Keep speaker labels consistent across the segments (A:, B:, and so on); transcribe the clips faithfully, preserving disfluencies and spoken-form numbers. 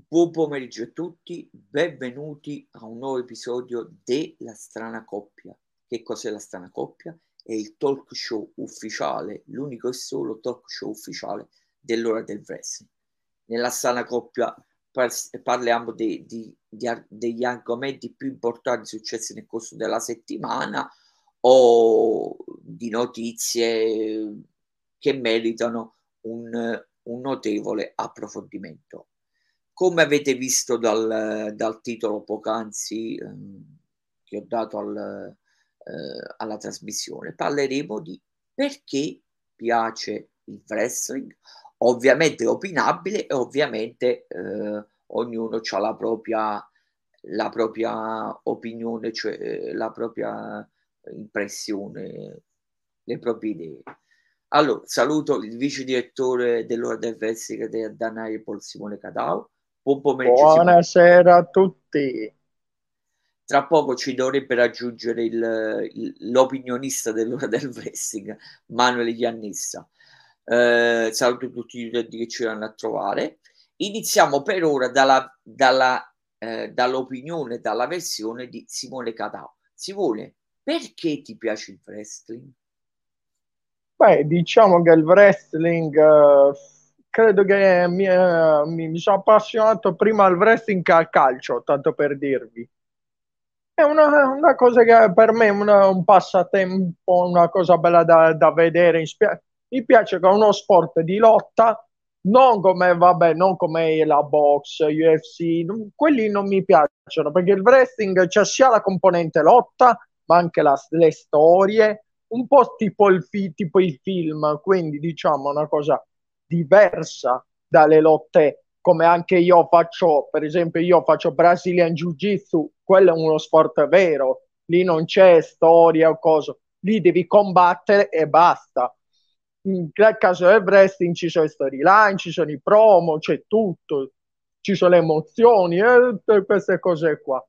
A: Buon pomeriggio a tutti, benvenuti a un nuovo episodio de La Strana Coppia. Che cos'è La Strana Coppia? È il talk show ufficiale, l'unico e solo talk show ufficiale dell'Ora del Wrestling. Nella Strana Coppia par- parliamo de- di- di ar- degli argomenti più importanti successi nel corso della settimana o di notizie che meritano un, un notevole approfondimento. Come avete visto dal, dal titolo poc'anzi ehm, che ho dato al, eh, alla trasmissione, parleremo di perché piace il wrestling, ovviamente è opinabile e ovviamente eh, ognuno ha la propria, la propria opinione, cioè eh, la propria impressione, le proprie idee. Allora, saluto il vice direttore dell'Ora del Wrestling del Danae Paul Simone Cadao. Buon pomeriggio Simone.
B: Buonasera a tutti.
A: Tra poco ci dovrebbe raggiungere il- il- l'opinionista dell'Ora del Wrestling, Manuel Iannessa. Eh, saluto tutti gli utenti che ci vanno a trovare. Iniziamo per ora dalla, dalla, eh, dall'opinione, dalla versione di Simone Cadao. Simone, perché ti piace il wrestling?
B: Beh, diciamo che il wrestling, eh, credo che mi, eh, mi, mi sono appassionato prima al wrestling che al calcio, tanto per dirvi. È una, una cosa che per me è una- un passatempo, una cosa bella da, da vedere. in spia- Mi piace che è uno sport di lotta, non come, vabbè, non come la box, U F C, non- quelli non mi piacciono, perché il wrestling c'è sia la componente lotta, ma anche la- le storie, un po' tipo il, fi- tipo il film, quindi diciamo una cosa diversa dalle lotte come anche io faccio, per esempio, io faccio Brazilian Jiu-Jitsu, quello è uno sport vero, lì non c'è storia o cosa, lì devi combattere e basta. Nel caso del wrestling ci sono i storyline, ci sono i promo, c'è tutto, ci sono le emozioni e tutte queste cose qua.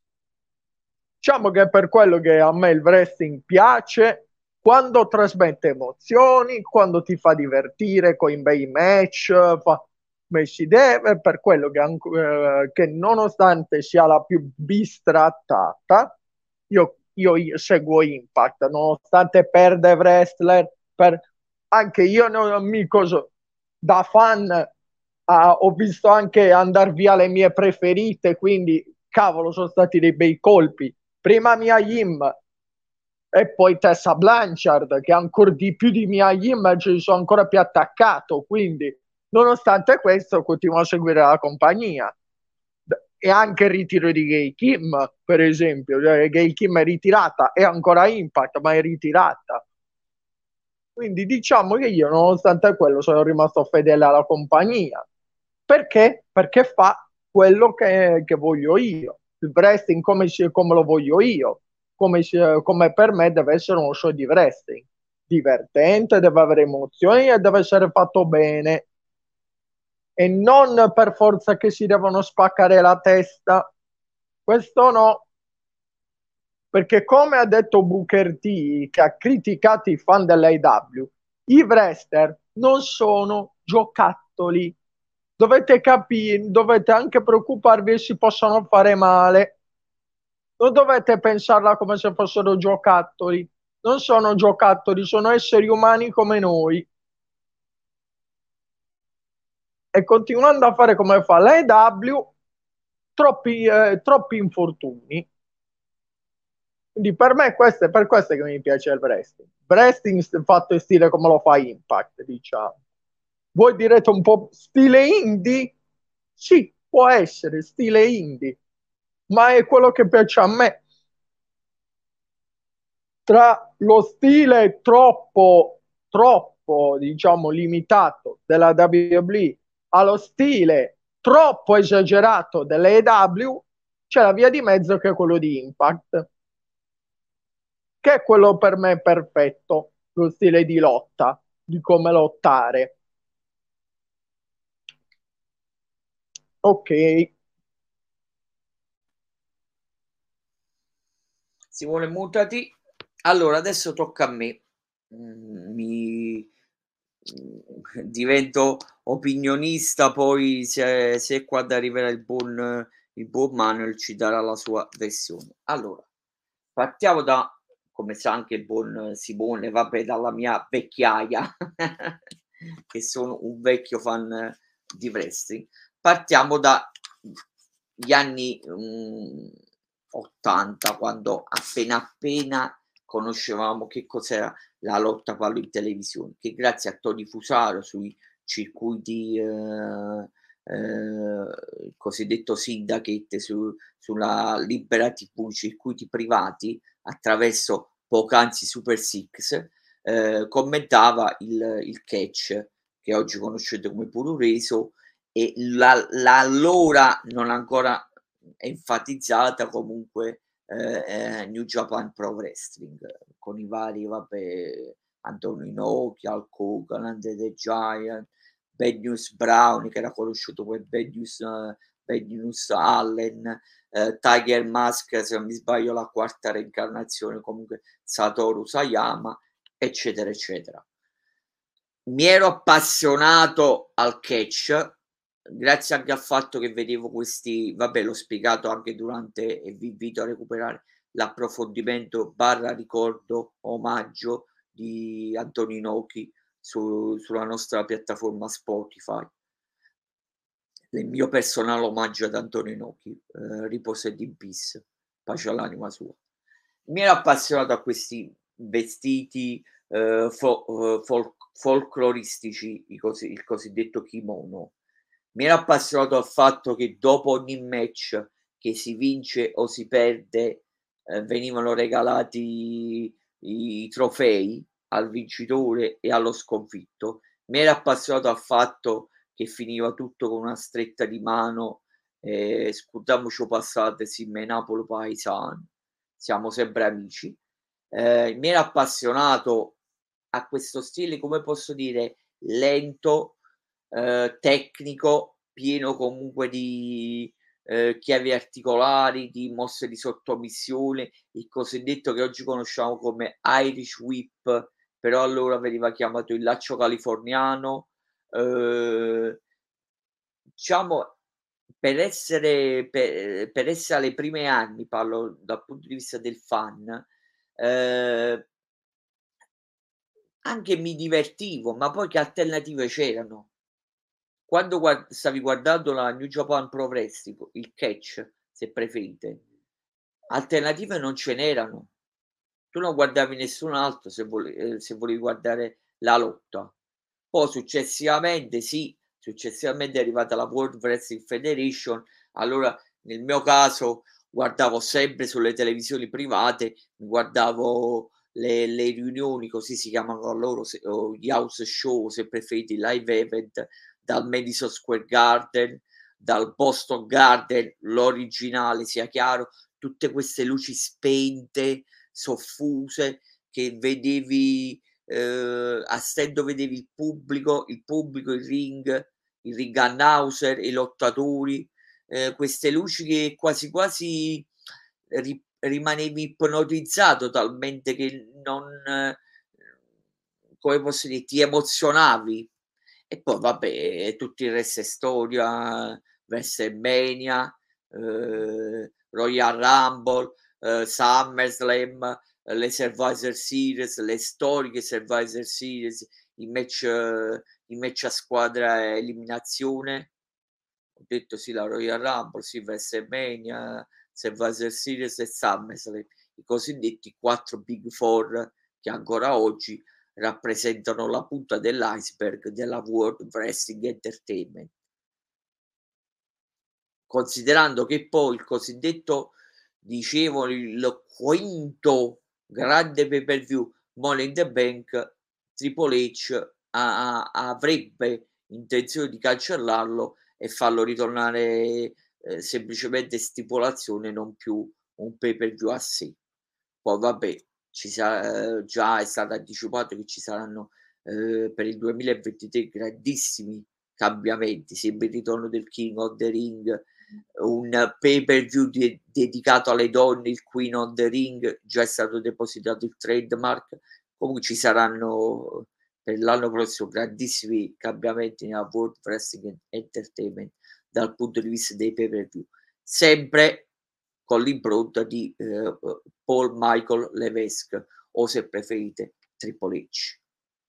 B: Diciamo che è per quello che a me il wrestling piace, quando trasmette emozioni, quando ti fa divertire con i bei match, fa, come si deve, per quello che, eh, che nonostante sia la più bistrattata, io, io, io seguo Impact, nonostante perde wrestler, per, anche io non mi coso, da fan ah, ho visto anche andare via le mie preferite, quindi cavolo, sono stati dei bei colpi. Prima Mia Yim e poi Tessa Blanchard, che ancora di più di Mia Yim ci sono ancora più attaccato. Quindi, nonostante questo, continuo a seguire la compagnia. E anche il ritiro di Gay Kim, per esempio. Gay Kim è ritirata, è ancora Impact, ma è ritirata. Quindi diciamo che io, nonostante quello, sono rimasto fedele alla compagnia. Perché? Perché fa quello che, che voglio io. Il wrestling come, si- come lo voglio io. Come, si- come per me deve essere uno show di wrestling. Divertente, deve avere emozioni e deve essere fatto bene. E non per forza che si devono spaccare la testa. Questo no. Perché come ha detto Booker T, che ha criticato i fan dell'A E W, i wrestler non sono giocattoli. Dovete capire, dovete anche preoccuparvi che si possono fare male. Non dovete pensarla come se fossero giocattoli. Non sono giocattoli, sono esseri umani come noi. E continuando a fare come fa l'A E W, troppi, eh, troppi infortuni. Quindi per me questo è per questo che mi piace il wrestling. Wrestling fatto in stile come lo fa Impact, diciamo. Voi direte un po' stile indie? Sì, può essere stile indie, ma è quello che piace a me. Tra lo stile troppo, troppo, diciamo, limitato della W W E allo stile troppo esagerato delle A E W, c'è la via di mezzo che è quello di Impact, che è quello per me perfetto, lo stile di lotta, di come lottare. Ok,
A: Simone, mutati. Allora, adesso tocca a me. Mm, Mi, divento opinionista, poi se, se quando arriverà il buon, il buon Manuel ci darà la sua versione. Allora, partiamo da, come sa anche il buon Simone, vabbè, dalla mia vecchiaia, che sono un vecchio fan di wrestling. Partiamo dagli anni um, ottanta, quando appena appena conoscevamo che cos'era la lotta pallo in televisione, che grazie a Tony Fusaro sui circuiti eh, eh, il cosiddetto syndicate su, sulla Libera tivù, circuiti privati attraverso poc'anzi Super Six, eh, commentava il, il catch, che oggi conoscete come Puro Reso, e la, la allora non ancora enfatizzata comunque eh, eh, New Japan Pro Wrestling, con i vari, vabbè, Antonio Inoki, Hulk Hogan, Andre the Giant, Bad News Brown, che era conosciuto come Bad News, uh, Bad News Allen, uh, Tiger Mask, se non mi sbaglio la quarta reincarnazione, comunque Satoru Sayama, eccetera eccetera. Mi ero appassionato al catch grazie anche al fatto che vedevo questi, vabbè, l'ho spiegato anche durante, e vi invito a recuperare l'approfondimento barra ricordo omaggio di Antonio Inoki su, sulla nostra piattaforma Spotify. Il mio personale omaggio ad Antonio Inoki, eh, riposa in peace, pace all'anima sua. Mi ero appassionato a questi vestiti eh, fo- fol- folcloristici, i cosi- il cosiddetto kimono. Mi ero appassionato al fatto che dopo ogni match che si vince o si perde eh, venivano regalati i, i trofei al vincitore e allo sconfitto. Mi ero appassionato al fatto che finiva tutto con una stretta di mano, eh, scudiamoci passate, sì, me Napoli paesano, siamo sempre amici. Eh, mi ero appassionato a questo stile, come posso dire, lento, eh, tecnico, pieno comunque di eh, chiavi articolari, di mosse di sottomissione, il cosiddetto che oggi conosciamo come Irish Whip, però allora veniva chiamato il laccio californiano. Eh, diciamo, per essere, per, per essere alle prime anni, parlo dal punto di vista del fan, eh, anche mi divertivo, ma poi che alternative c'erano? Quando guard stavi guardando la New Japan Pro Wrestling, il catch, se preferite, alternative non ce n'erano. Tu non guardavi nessun altro se vole ehm, se volevi guardare la lotta. Poi successivamente sì, successivamente è arrivata la World Wrestling Federation, allora nel mio caso guardavo sempre sulle televisioni private, guardavo le le riunioni, così si chiamano loro, se o gli house show, se preferite, i live event, dal Madison Square Garden, dal Boston Garden, l'originale sia chiaro, tutte queste luci spente, soffuse, che vedevi eh, a stento vedevi il pubblico, il pubblico, il ring, il ring announcer, i lottatori, eh, queste luci che quasi quasi ri- rimanevi ipnotizzato talmente che non, eh, come posso dire, ti emozionavi. E poi vabbè, tutto il resto è storia, WrestleMania, eh, Royal Rumble, eh, SummerSlam, eh, le Survivor Series, le storiche Survivor Series, i match, eh, i match a squadra e eliminazione. Ho detto sì, la Royal Rumble, sì, WrestleMania, Survivor Series e SummerSlam, i cosiddetti quattro Big Four che ancora oggi rappresentano la punta dell'iceberg della World Wrestling Entertainment. Considerando che poi il cosiddetto, dicevo, il quinto grande pay per view Money in the Bank, Triple H a, a, avrebbe intenzione di cancellarlo e farlo ritornare eh, semplicemente stipulazione, non più un pay per view a sé. Poi vabbè, ci sa, eh, già è stato anticipato che ci saranno eh, per il duemilaventitré grandissimi cambiamenti, sempre il ritorno del King of the Ring, un pay per view de- dedicato alle donne, il Queen of the Ring, già è stato depositato il trademark, comunque ci saranno per l'anno prossimo grandissimi cambiamenti nella World Wrestling Entertainment dal punto di vista dei pay per view, sempre con l'impronta di eh, Paul Michael Levesque, o se preferite Triple H.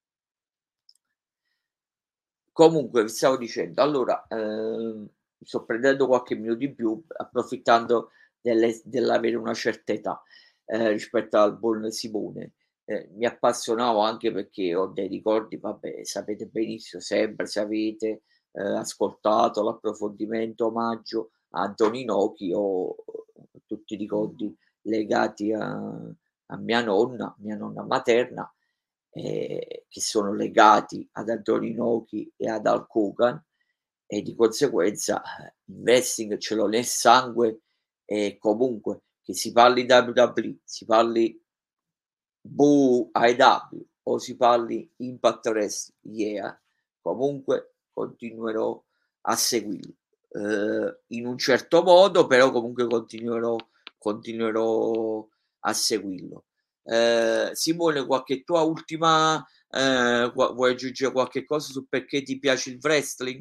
A: Comunque vi stavo dicendo, allora ehm, mi sto prendendo qualche minuto in più, approfittando delle, dell'avere una certa età eh, rispetto al buon Simone. Eh, mi appassionavo anche perché ho dei ricordi, vabbè, sapete benissimo, sempre se avete eh, ascoltato l'approfondimento omaggio a Anthony Inoki, o tutti i ricordi legati a, a mia nonna, mia nonna materna, eh, che sono legati ad Anthony Inoki e ad Hulk Hogan, e di conseguenza eh, il wrestling ce l'ho nel sangue, e comunque che si parli W W E, si parli Boo A E W o si parli Impact Wrestling, yeah, comunque continuerò a seguirlo. Eh, in un certo modo, però comunque continuerò, continuerò a seguirlo. Eh, Simone, qualche tua ultima, eh, vuoi aggiungere qualche cosa su perché ti piace il wrestling?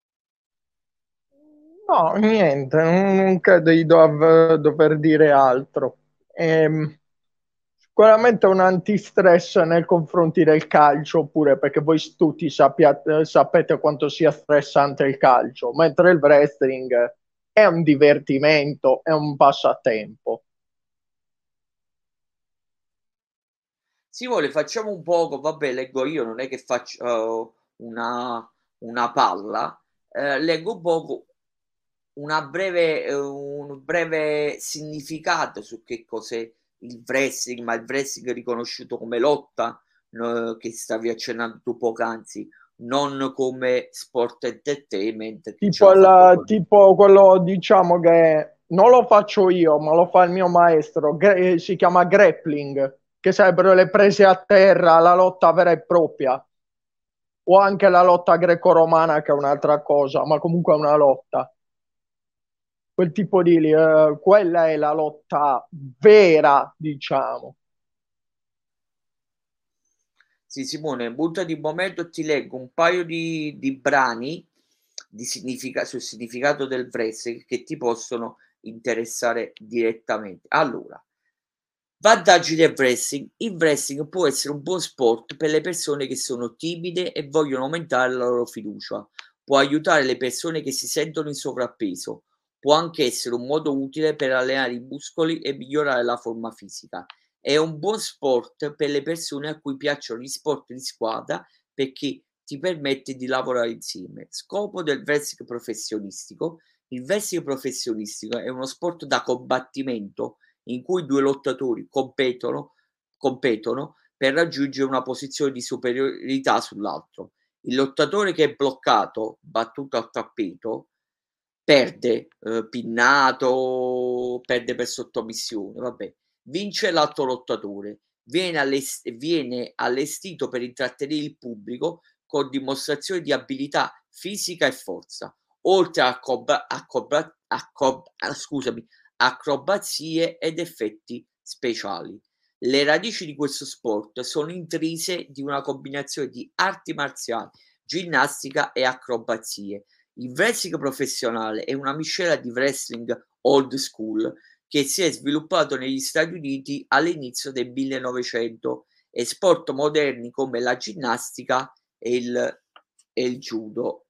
B: No, niente, non, non credo di dov- dover dire altro. Ehm, sicuramente un antistress nei confronti del calcio, pure perché voi tutti sappiate- sapete quanto sia stressante il calcio, mentre il wrestling è un divertimento, è un passatempo.
A: Simone, facciamo un poco, vabbè, leggo io, non è che faccio uh, una, una palla, eh, leggo un poco una breve, eh, un breve significato su che cos'è il wrestling, ma il wrestling è riconosciuto come lotta, eh, che stavi accennando tu poc'anzi, non come sport entertainment che ce
B: Tipo,
A: l'ha fatto
B: il,
A: con il...
B: tipo quello, diciamo che non lo faccio io, ma lo fa il mio maestro, gra- eh, si chiama grappling, che sarebbero le prese a terra, la lotta vera e propria, o anche la lotta greco-romana, che è un'altra cosa, ma comunque è una lotta. Quel tipo di, eh, quella è la lotta vera, diciamo.
A: Sì, Simone, buttati un momento e ti leggo un paio di, di brani di significa- sul significato del wrestling che ti possono interessare direttamente. Allora, vantaggi del wrestling. Il wrestling può essere un buon sport per le persone che sono timide e vogliono aumentare la loro fiducia. Può aiutare le persone che si sentono in sovrappeso. Può anche essere un modo utile per allenare i muscoli e migliorare la forma fisica. È un buon sport per le persone a cui piacciono gli sport di squadra perché ti permette di lavorare insieme. Scopo del wrestling professionistico. Il wrestling professionistico è uno sport da combattimento in cui due lottatori competono, competono per raggiungere una posizione di superiorità sull'altro. Il lottatore che è bloccato, battuto al tappeto, perde, eh, pinnato, perde per sottomissione, vabbè. Vince l'altro lottatore, viene, allest- viene allestito per intrattenere il pubblico con dimostrazioni di abilità fisica e forza, oltre a, acroba- acroba- acrob- ah, scusami, acrobazie ed effetti speciali. Le radici di questo sport sono intrise di una combinazione di arti marziali, ginnastica e acrobazie. Il wrestling professionale è una miscela di wrestling old school che si è sviluppato negli Stati Uniti all'inizio del millenovecento e sport moderni come la ginnastica e il, e il judo.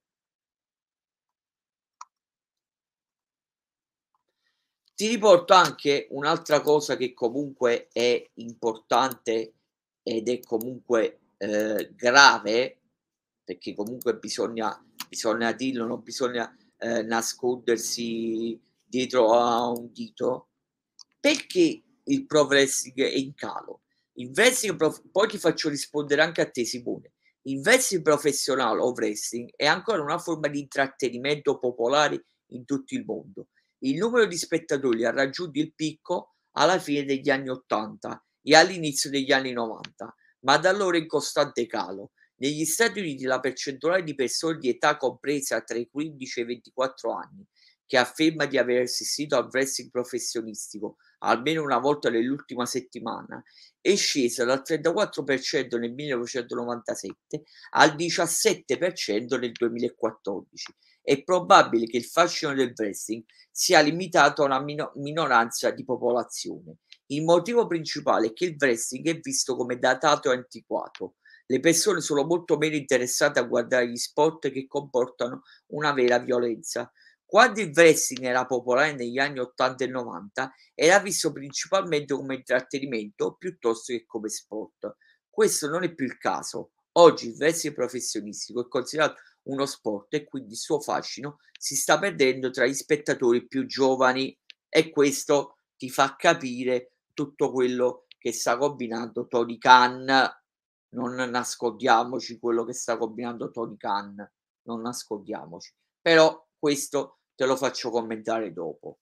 A: Ti riporto anche un'altra cosa che comunque è importante ed è comunque eh, grave, perché comunque bisogna, bisogna dirlo, non bisogna eh, nascondersi dietro a un dito. Perché il pro wrestling è in calo? Il wrestling prof- poi ti faccio rispondere anche a te, Simone. Il wrestling professionale o wrestling è ancora una forma di intrattenimento popolare in tutto il mondo. Il numero di spettatori ha raggiunto il picco alla fine degli anni ottanta e all'inizio degli anni novanta, ma da allora in costante calo. Negli Stati Uniti la percentuale di persone di età compresa tra i quindici e i ventiquattro anni che afferma di aver assistito al wrestling professionistico almeno una volta nell'ultima settimana, è scesa dal trentaquattro per cento nel millenovecentonovantasette al diciassette per cento nel duemilaquattordici. È probabile che il fascino del wrestling sia limitato a una mino- minoranza di popolazione. Il motivo principale è che il wrestling è visto come datato e antiquato. Le persone sono molto meno interessate a guardare gli sport che comportano una vera violenza. Quando il wrestling era popolare negli anni ottanta e novanta, era visto principalmente come intrattenimento piuttosto che come sport. Questo non è più il caso. Oggi il wrestling professionistico è considerato uno sport e quindi il suo fascino si sta perdendo tra gli spettatori più giovani, e questo ti fa capire tutto quello che sta combinando Tony Khan. Non nascondiamoci quello che sta combinando Tony Khan, non nascondiamoci. Però questo te lo faccio commentare dopo.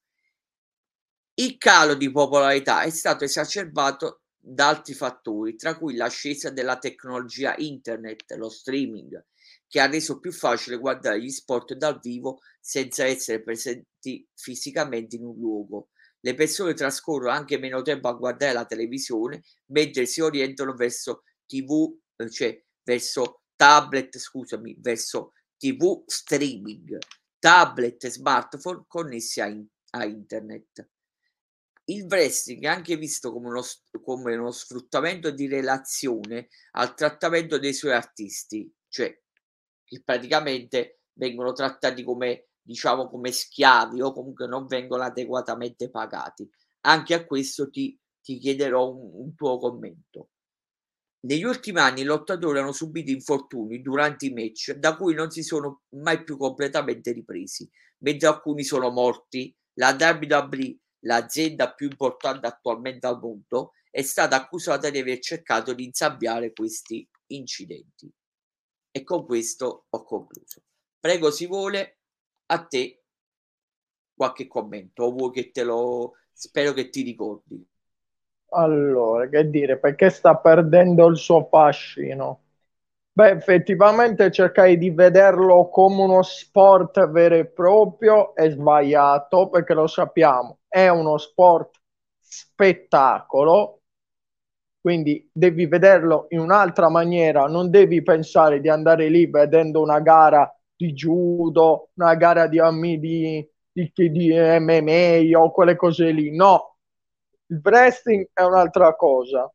A: Il calo di popolarità è stato esacerbato da altri fattori, tra cui l'ascesa della tecnologia internet, lo streaming, che ha reso più facile guardare gli sport dal vivo senza essere presenti fisicamente in un luogo. Le persone trascorrono anche meno tempo a guardare la televisione, mentre si orientano verso T V, eh, cioè verso tablet, scusami, verso T V streaming, tablet e smartphone connessi a, in- a internet. Il wrestling è anche visto come uno, s- come uno sfruttamento di relazione al trattamento dei suoi artisti, cioè che praticamente vengono trattati come, diciamo, come schiavi o comunque non vengono adeguatamente pagati. Anche a questo ti, ti chiederò un, un tuo commento. Negli ultimi anni i lottatori hanno subito infortuni durante i match da cui non si sono mai più completamente ripresi, mentre alcuni sono morti. La W W E, l'azienda più importante attualmente al mondo, è stata accusata di aver cercato di insabbiare questi incidenti. E con questo ho concluso. Prego, si vuole, a te qualche commento, o vuoi che te lo... spero che ti ricordi.
B: Allora, che dire, perché sta perdendo il suo fascino? Beh, effettivamente cercare di vederlo come uno sport vero e proprio è sbagliato, perché lo sappiamo, è uno sport spettacolo, quindi devi vederlo in un'altra maniera, non devi pensare di andare lì vedendo una gara di judo, una gara di, di, di, di M M A o quelle cose lì, no, il wrestling è un'altra cosa.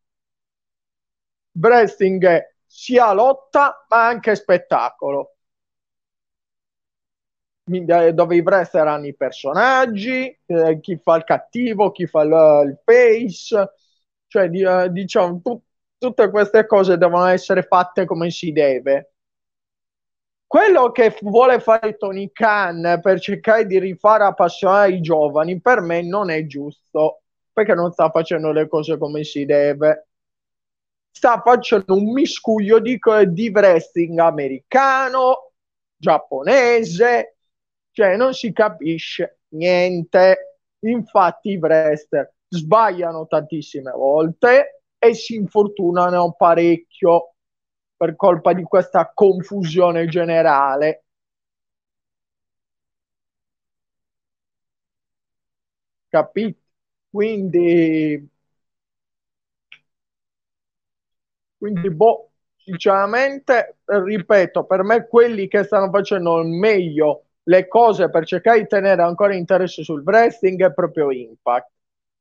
B: Wrestling è sia lotta ma anche spettacolo, dove i wrestler hanno i personaggi, eh, chi fa il cattivo, chi fa il, il face, cioè di, eh, diciamo tu, tutte queste cose devono essere fatte come si deve. Quello che vuole fare Tony Khan per cercare di rifare appassionare i giovani, per me non è giusto, perché non sta facendo le cose come si deve. Sta facendo un miscuglio di, di wrestling americano, giapponese, cioè non si capisce niente. Infatti i wrestler sbagliano tantissime volte e si infortunano parecchio per colpa di questa confusione generale. Capito? Quindi, quindi boh, sinceramente, ripeto, per me quelli che stanno facendo il meglio le cose per cercare di tenere ancora interesse sul wrestling è proprio Impact,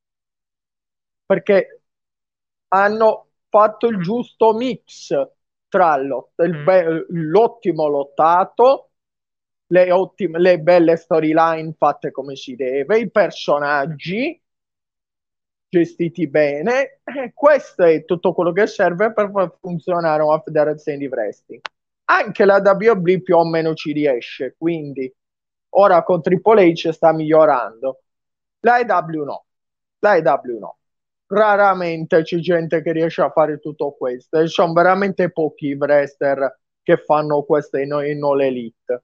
B: perché hanno fatto il giusto mix tra lo- il be- l'ottimo lottato, le, ottime, le belle storyline fatte come si deve, i personaggi gestiti bene. Eh, questo è tutto quello che serve per far funzionare una federazione di wrestling. Anche la W W E più o meno ci riesce, quindi ora con Triple H sta migliorando. La E W no, la E W no. Raramente c'è gente che riesce a fare tutto questo e sono veramente pochi i wrestler che fanno questo in, in All Elite.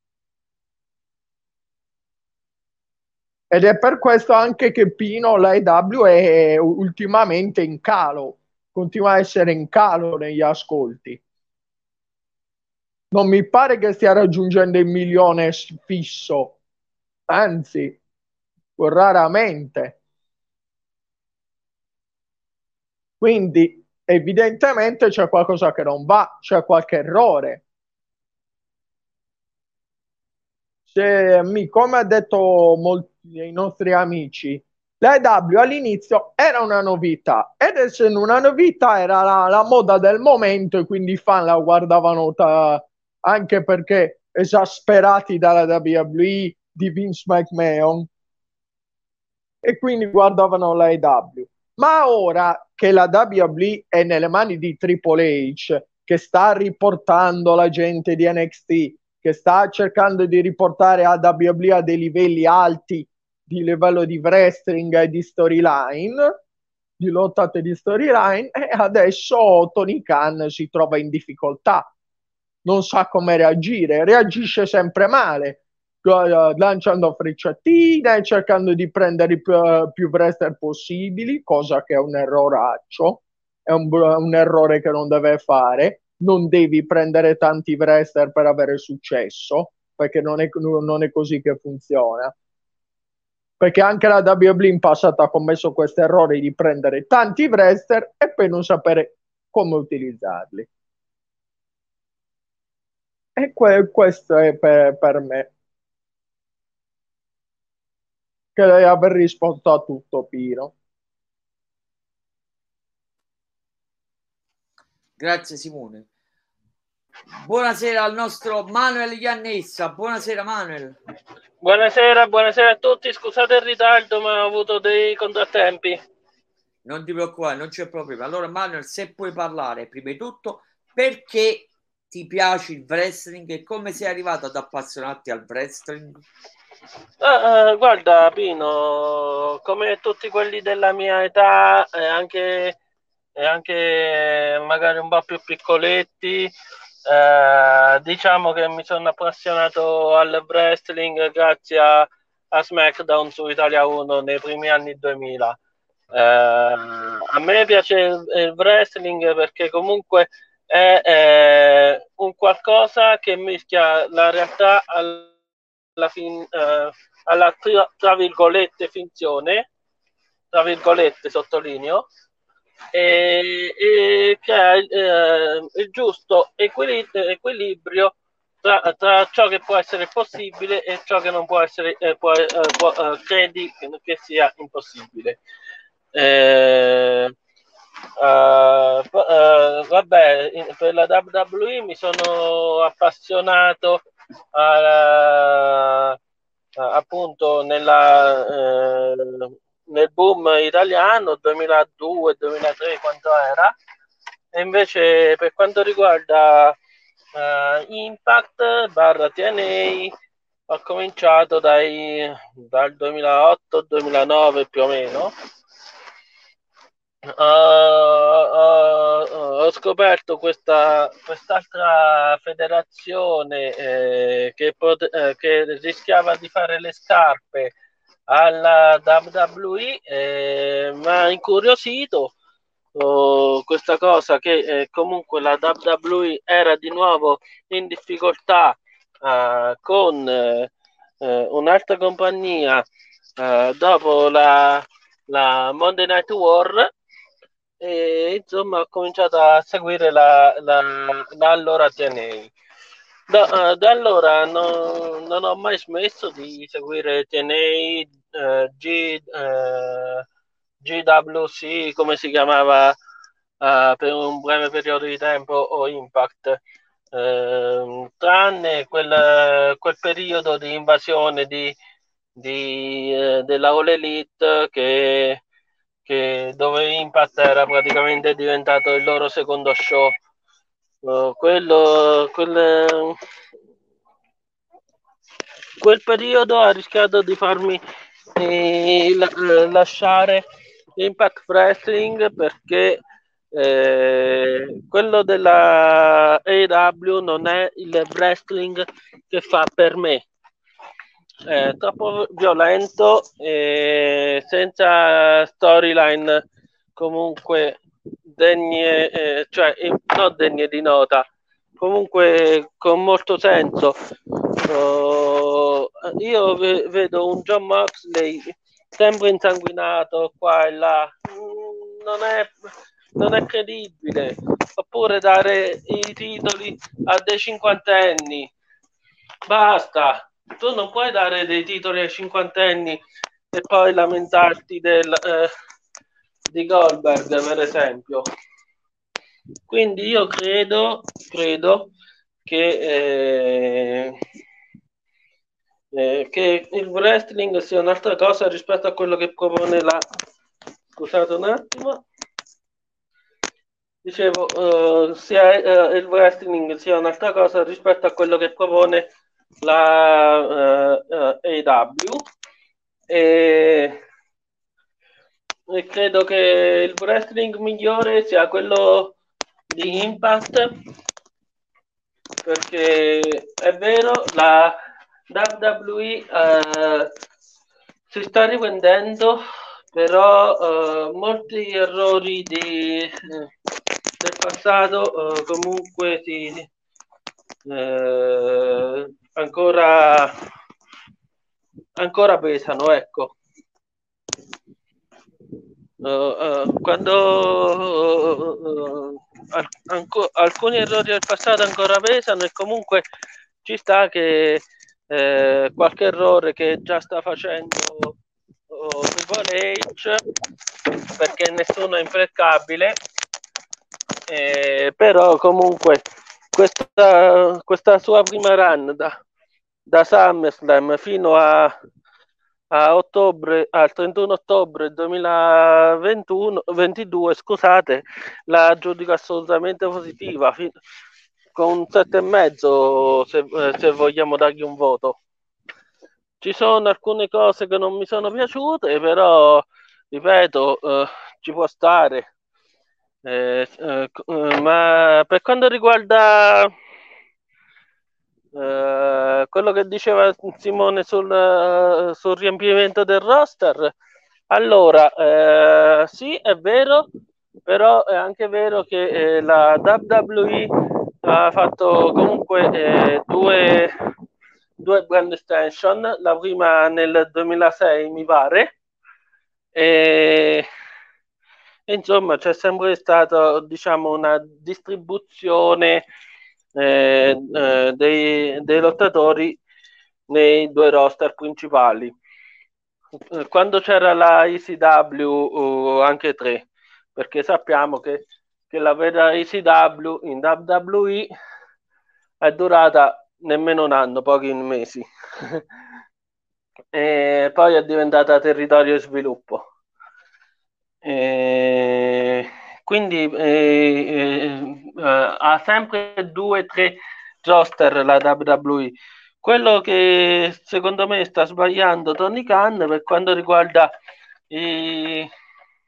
B: Ed è per questo anche che Pino, la E W, è ultimamente in calo, continua a essere in calo negli ascolti. Non mi pare che stia raggiungendo il milione fisso, anzi, raramente. Quindi evidentemente c'è qualcosa che non va, c'è qualche errore. Se, come ha detto molti dei nostri amici, l'A E W all'inizio era una novità ed essendo una novità era la, la moda del momento e quindi i fan la guardavano ta- anche perché esasperati dalla W W E di Vince McMahon e quindi guardavano la A E W. Ma ora che la W W E è nelle mani di Triple H, che sta riportando la gente di N X T, che sta cercando di riportare a W W E a dei livelli alti di livello di wrestling e di storyline, di lottate di storyline, e adesso Tony Khan si trova in difficoltà, non sa come reagire, reagisce sempre male, lanciando frecciatine, cercando di prendere i più, più wrestler possibili, cosa che è un erroraccio, è un, un errore che non deve fare. Non devi prendere tanti wrestler per avere successo, perché non è, non è così che funziona. Perché anche la W W E in passato ha commesso questo errore di prendere tanti wrestler e poi non sapere come utilizzarli. E que- questo è per, per me. Che devi aver risposto a tutto, Pino.
A: Grazie Simone. Buonasera al nostro Manuel Iannessa. Buonasera Manuel.
C: Buonasera, buonasera a tutti. Scusate il ritardo, ma ho avuto dei contrattempi.
A: Non ti preoccupare, non c'è problema. Allora Manuel, se puoi parlare prima di tutto perché ti piace il wrestling e come sei arrivato ad appassionarti al wrestling?
C: Uh, uh, guarda Pino, come tutti quelli della mia età e anche, e anche magari un po' più piccoletti, uh, diciamo che mi sono appassionato al wrestling grazie a, a SmackDown su Italia uno nei primi anni duemila. Uh, a me piace il, il wrestling perché comunque è, è un qualcosa che mischia la realtà al alla, fin, eh, alla tra, tra virgolette finzione, tra virgolette sottolineo, e, e che ha eh, il giusto equilibrio, equilibrio tra, tra ciò che può essere possibile e ciò che non può essere, eh, può, eh, può, eh, credi che sia impossibile. Eh, Uh, uh, vabbè, in, per la W W E mi sono appassionato uh, uh, appunto nella, uh, nel boom italiano duemiladue duemilatré quanto era, e invece per quanto riguarda uh, Impact barra T N A ho cominciato dai, dal duemilaotto duemilanove più o meno. Uh, uh, uh, ho scoperto questa quest'altra federazione eh, che, pot- eh, che rischiava di fare le scarpe alla W W E, eh, mi ha incuriosito uh, questa cosa che eh, comunque la W W E era di nuovo in difficoltà uh, con uh, un'altra compagnia uh, dopo la, la Monday Night War. E insomma ho cominciato a seguire la, la, la allora T N A. Da, uh, da allora non, non ho mai smesso di seguire T N A, uh, G, uh, G W C, come si chiamava uh, per un breve periodo di tempo, o Impact, uh, tranne quel, quel periodo di invasione di, di, uh, della All Elite che che dove Impact era praticamente diventato il loro secondo show. Uh, quello, quel, quel periodo ha rischiato di farmi eh, lasciare Impact Wrestling perché eh, quello della A E W non è il wrestling che fa per me. È troppo violento e senza storyline comunque degne, eh, cioè non degne di nota, comunque con molto senso. Uh, io ve- vedo un John Moxley sempre insanguinato qua e là, mm, non è, non è credibile. Oppure dare i titoli a dei cinquantenni. Basta, tu non puoi dare dei titoli ai cinquantenni e poi lamentarti del, eh, di Goldberg, per esempio. Quindi io credo, credo che, eh, eh, che il wrestling sia un'altra cosa rispetto a quello che propone la... Scusate un attimo. Dicevo, uh, sia uh, il wrestling sia un'altra cosa rispetto a quello che propone la uh, uh, A E W e, e credo che il wrestling migliore sia quello di Impact, perché è vero, la W W E uh, si sta riprendendo, però uh, molti errori di, eh, del passato uh, comunque si eh, ancora ancora pesano, ecco. Uh, uh, quando uh, uh, anco, alcuni errori del passato ancora pesano e comunque ci sta che eh, qualche errore che già sta facendo uh, Triple H, perché nessuno è impeccabile, eh, però comunque questa, questa sua prima run da, da SummerSlam fino a a ottobre, al trentuno ottobre duemilaventuno ventidue, scusate, la giudico assolutamente positiva, con un sette e mezzo se, se vogliamo dargli un voto. Ci sono alcune cose che non mi sono piaciute, però ripeto, eh, ci può stare. Eh, eh, ma per quanto riguarda Uh, quello che diceva Simone sul, uh, sul riempimento del roster, allora uh, sì, è vero, però è anche vero che eh, la W W E ha fatto comunque eh, due, due brand extension, la prima nel duemilasei mi pare, e insomma c'è sempre stata, diciamo, una distribuzione eh, eh, dei, dei lottatori nei due roster principali. Quando c'era la E C W uh, anche tre, perché sappiamo che, che la vera E C W in W W E è durata nemmeno un anno, pochi mesi. E poi è diventata territorio e sviluppo. E quindi eh, eh, ha sempre due o tre roster la W W E. Quello che secondo me sta sbagliando Tony Khan per quanto riguarda i, eh,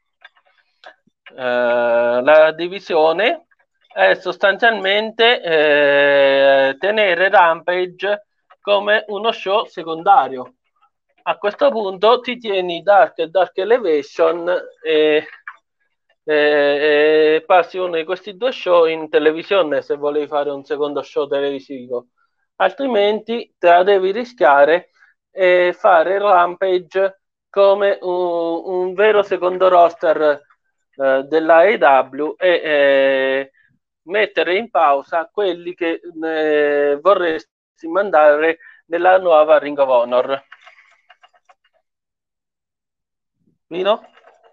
C: la divisione è sostanzialmente eh, tenere Rampage come uno show secondario. A questo punto ti tieni Dark e Dark Elevation e, e, e passi uno di questi due show in televisione se volevi fare un secondo show televisivo, altrimenti te la devi rischiare e fare Rampage come un, un vero secondo roster eh, della A E W e eh, mettere in pausa quelli che eh, vorresti mandare nella nuova Ring of Honor. Vino?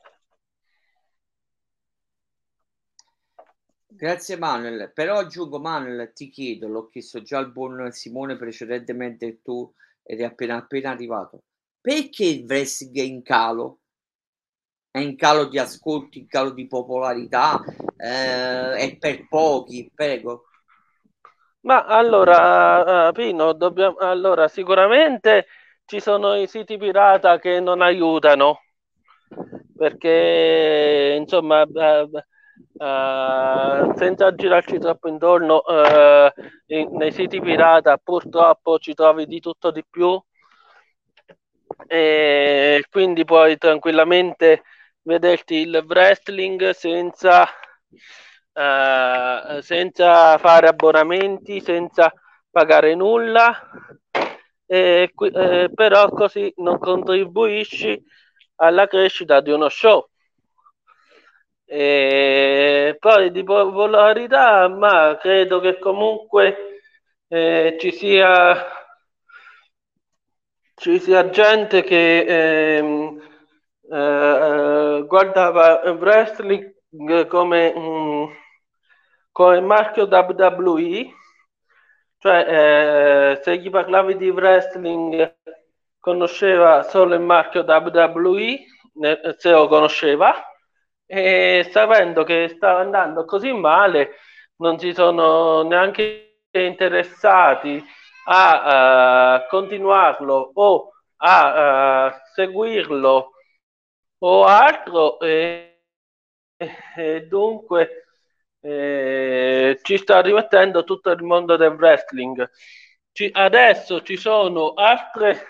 A: Grazie Manuel, però aggiungo Manuel, ti chiedo, l'ho chiesto già al buon Simone precedentemente, tu eri appena appena arrivato, perché il wrestling è in calo? È in calo di ascolti, in calo di popolarità, eh, è per pochi, prego.
C: Ma allora, uh, Pino, dobbiamo, allora sicuramente ci sono i siti pirata che non aiutano, perché insomma, uh, uh, senza girarci troppo intorno, uh, in, nei siti pirata purtroppo ci trovi di tutto di più e quindi puoi tranquillamente vederti il wrestling senza, uh, senza fare abbonamenti, senza pagare nulla, e, eh, però così non contribuisci alla crescita di uno show. E poi di popolarità, ma credo che comunque eh, ci sia ci sia gente che ehm, eh, guardava il wrestling come, mm, come marchio W W E, cioè eh, se gli parlavi di wrestling conosceva solo il marchio W W E, ne- se lo conosceva, e sapendo che stava andando così male non si sono neanche interessati a uh, continuarlo o a uh, seguirlo o altro, e, e dunque eh, ci sta rimettendo tutto il mondo del wrestling. Ci, adesso ci sono altre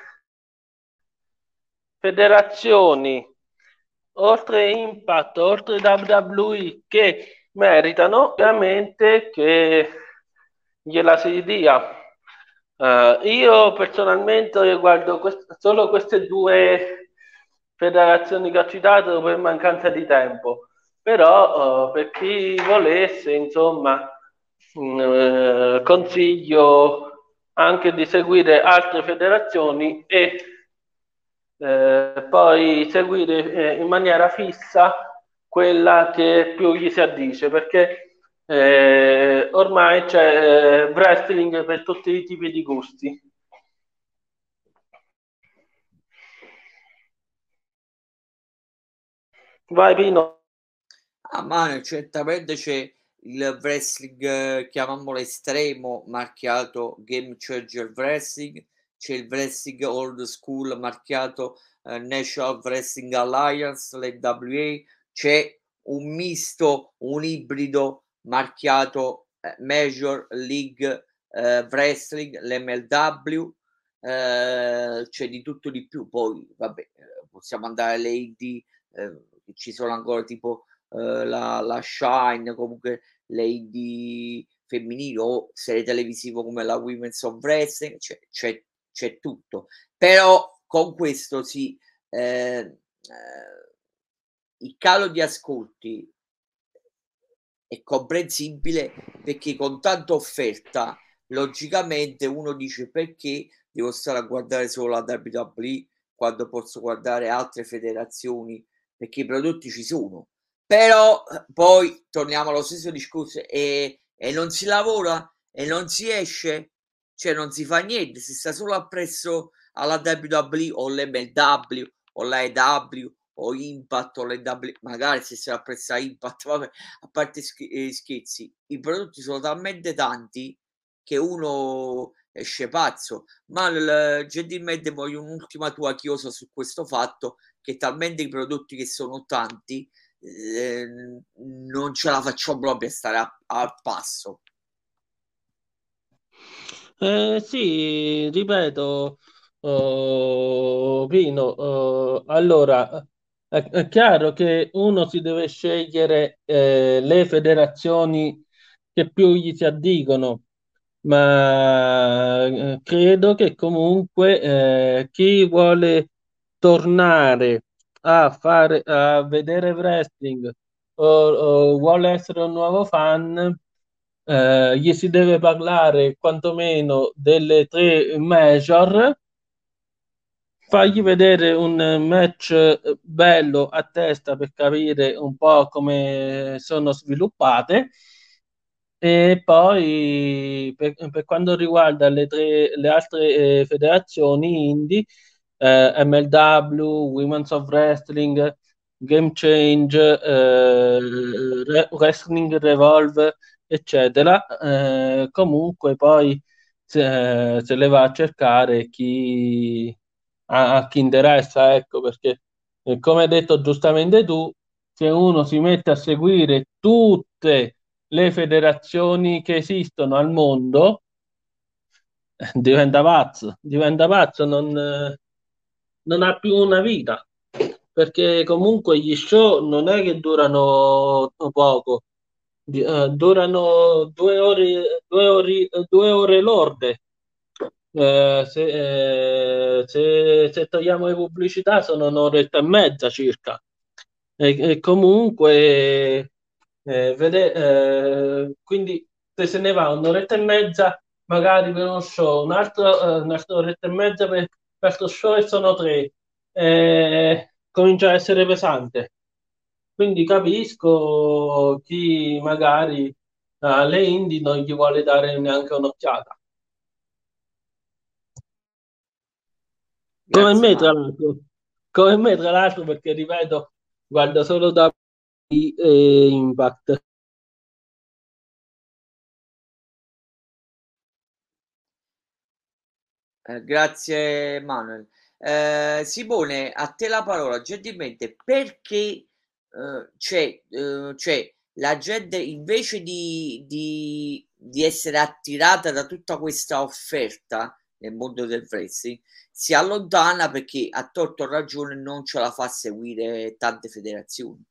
C: federazioni, oltre Impact, oltre W W E, che meritano ovviamente che gliela si dia. Uh, io personalmente guardo quest- solo queste due federazioni che ho citato per mancanza di tempo, però uh, per chi volesse, insomma, mh, eh, consiglio anche di seguire altre federazioni e eh, poi seguire eh, in maniera fissa quella che più gli si addice, perché eh, ormai c'è eh, wrestling per tutti i tipi di gusti. Vai Pino.
A: Ah, ma certamente c'è il wrestling, eh, chiamiamolo estremo, marchiato Game Changer Wrestling, c'è il wrestling old school marchiato eh, National Wrestling Alliance, l'N W A, c'è un misto, un ibrido marchiato eh, Major League eh, Wrestling, l'M L W, eh, c'è di tutto di più. Poi vabbè, eh, possiamo andare alle indie, eh, ci sono ancora tipo Uh, la, la Shine, comunque le indie femminili o serie televisive come la Women's of Wrestling, c'è, c'è, c'è tutto. Però con questo sì, eh, eh, il calo di ascolti è comprensibile, perché con tanta offerta logicamente uno dice: perché devo stare a guardare solo la W W E quando posso guardare altre federazioni, perché i prodotti ci sono. Però poi torniamo allo stesso discorso, e, e non si lavora e non si esce, cioè non si fa niente, si sta solo appresso alla W W E o l'M L W o la E W o Impact o l'E W, magari se si apprezza Impact, vabbè, a parte sch- scherzi, i prodotti sono talmente tanti che uno esce pazzo. Ma il, gentilmente voglio un'ultima tua chiosa su questo fatto, che talmente i prodotti che sono tanti, eh, non ce la facciamo proprio a stare a, al passo.
C: Eh, sì, ripeto, oh, Pino, oh, allora è, è chiaro che uno si deve scegliere eh, le federazioni che più gli si addicono, ma eh, credo che comunque eh, chi vuole tornare a fare a vedere wrestling o, o vuole essere un nuovo fan, eh, gli si deve parlare quantomeno delle tre major, fargli vedere un match eh, bello a testa per capire un po' come sono sviluppate. E poi per, per quanto riguarda le, tre, le altre eh, federazioni indie, eh, M L W, Women's of Wrestling, Game Change, eh, Re- Wrestling Revolve, eccetera, eh, comunque poi se, se le va a cercare chi, a, a chi interessa, ecco, perché eh, come hai detto giustamente tu, se uno si mette a seguire tutte le federazioni che esistono al mondo, eh, diventa pazzo, diventa pazzo, non, eh, non ha più una vita, perché comunque gli show non è che durano poco, di- eh, durano due ore, due ore, due ore lorde. Eh, se, eh, se- se togliamo le pubblicità sono un'oretta e mezza circa. e, e comunque eh, vede, eh, quindi se se ne va un'oretta e mezza magari per uno show, un altro, eh, un'altra oretta e mezza per l'altro show e sono tre. Eh, comincia a essere pesante. Quindi capisco chi magari alle indie non gli vuole dare neanche un'occhiata. Come
A: Grazie
C: me, tra
A: Manuel.
C: l'altro, come me, tra l'altro, perché ripeto, guardo solo da e Impact.
A: Eh, grazie Manuel. Eh, Simone, a te la parola. Gentilmente, perché eh, c'è, eh, c'è la gente invece di, di, di essere attirata da tutta questa offerta nel mondo del wrestling, si allontana perché a torto o ragione non ce la fa seguire tante federazioni.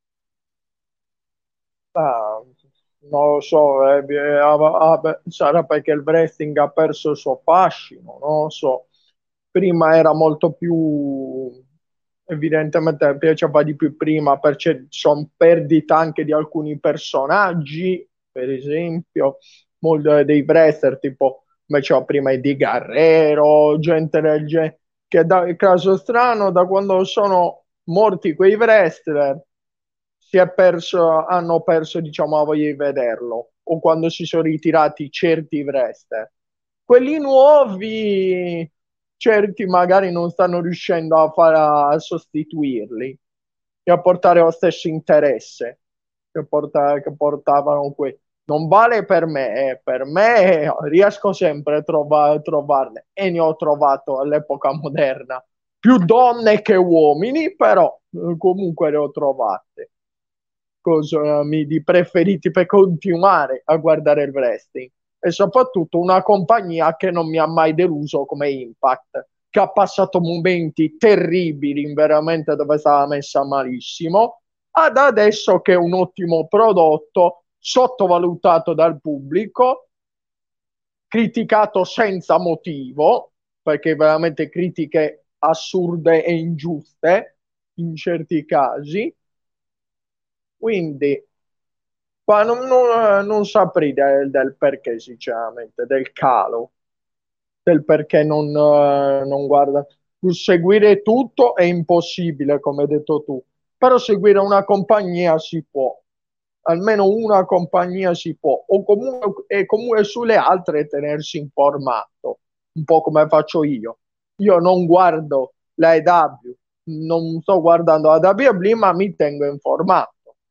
B: Ah, non lo so, eh, eh, ah, ah, beh, sarà perché il wrestling ha perso il suo fascino, non lo so. Prima era molto più, evidentemente piaceva di più prima perché sono perdita anche di alcuni personaggi, per esempio, molto dei wrestler, tipo come c'era prima Eddie Guerrero, gente del genere, che da il caso strano, da quando sono morti quei wrestler si è perso, hanno perso, diciamo, la voglia di vederlo, o quando si sono ritirati certi wrestler. Quelli nuovi, certi magari non stanno riuscendo a, far, a sostituirli e a portare lo stesso interesse che, porta, che portavano quelli. Non vale per me, eh. Per me riesco sempre a trova, trovarne e ne ho trovato all'epoca moderna più donne che uomini, però eh, comunque le ho trovate cosa mi di preferiti per continuare a guardare il wrestling e soprattutto una compagnia che non mi ha mai deluso come Impact, che ha passato momenti terribili veramente dove stava messa malissimo, ad adesso che è un ottimo prodotto sottovalutato dal pubblico, criticato senza motivo, perché veramente critiche assurde e ingiuste in certi casi. Quindi ma non, non, non saprei del, del perché, sinceramente, del calo, del perché non, eh, non guarda. Seguire tutto è impossibile, come hai detto tu, però seguire una compagnia si può, almeno una compagnia si può, o comunque, e comunque sulle altre tenersi informato, un po' come faccio io. Io non guardo la E W, non sto guardando la W W E, ma mi tengo informato.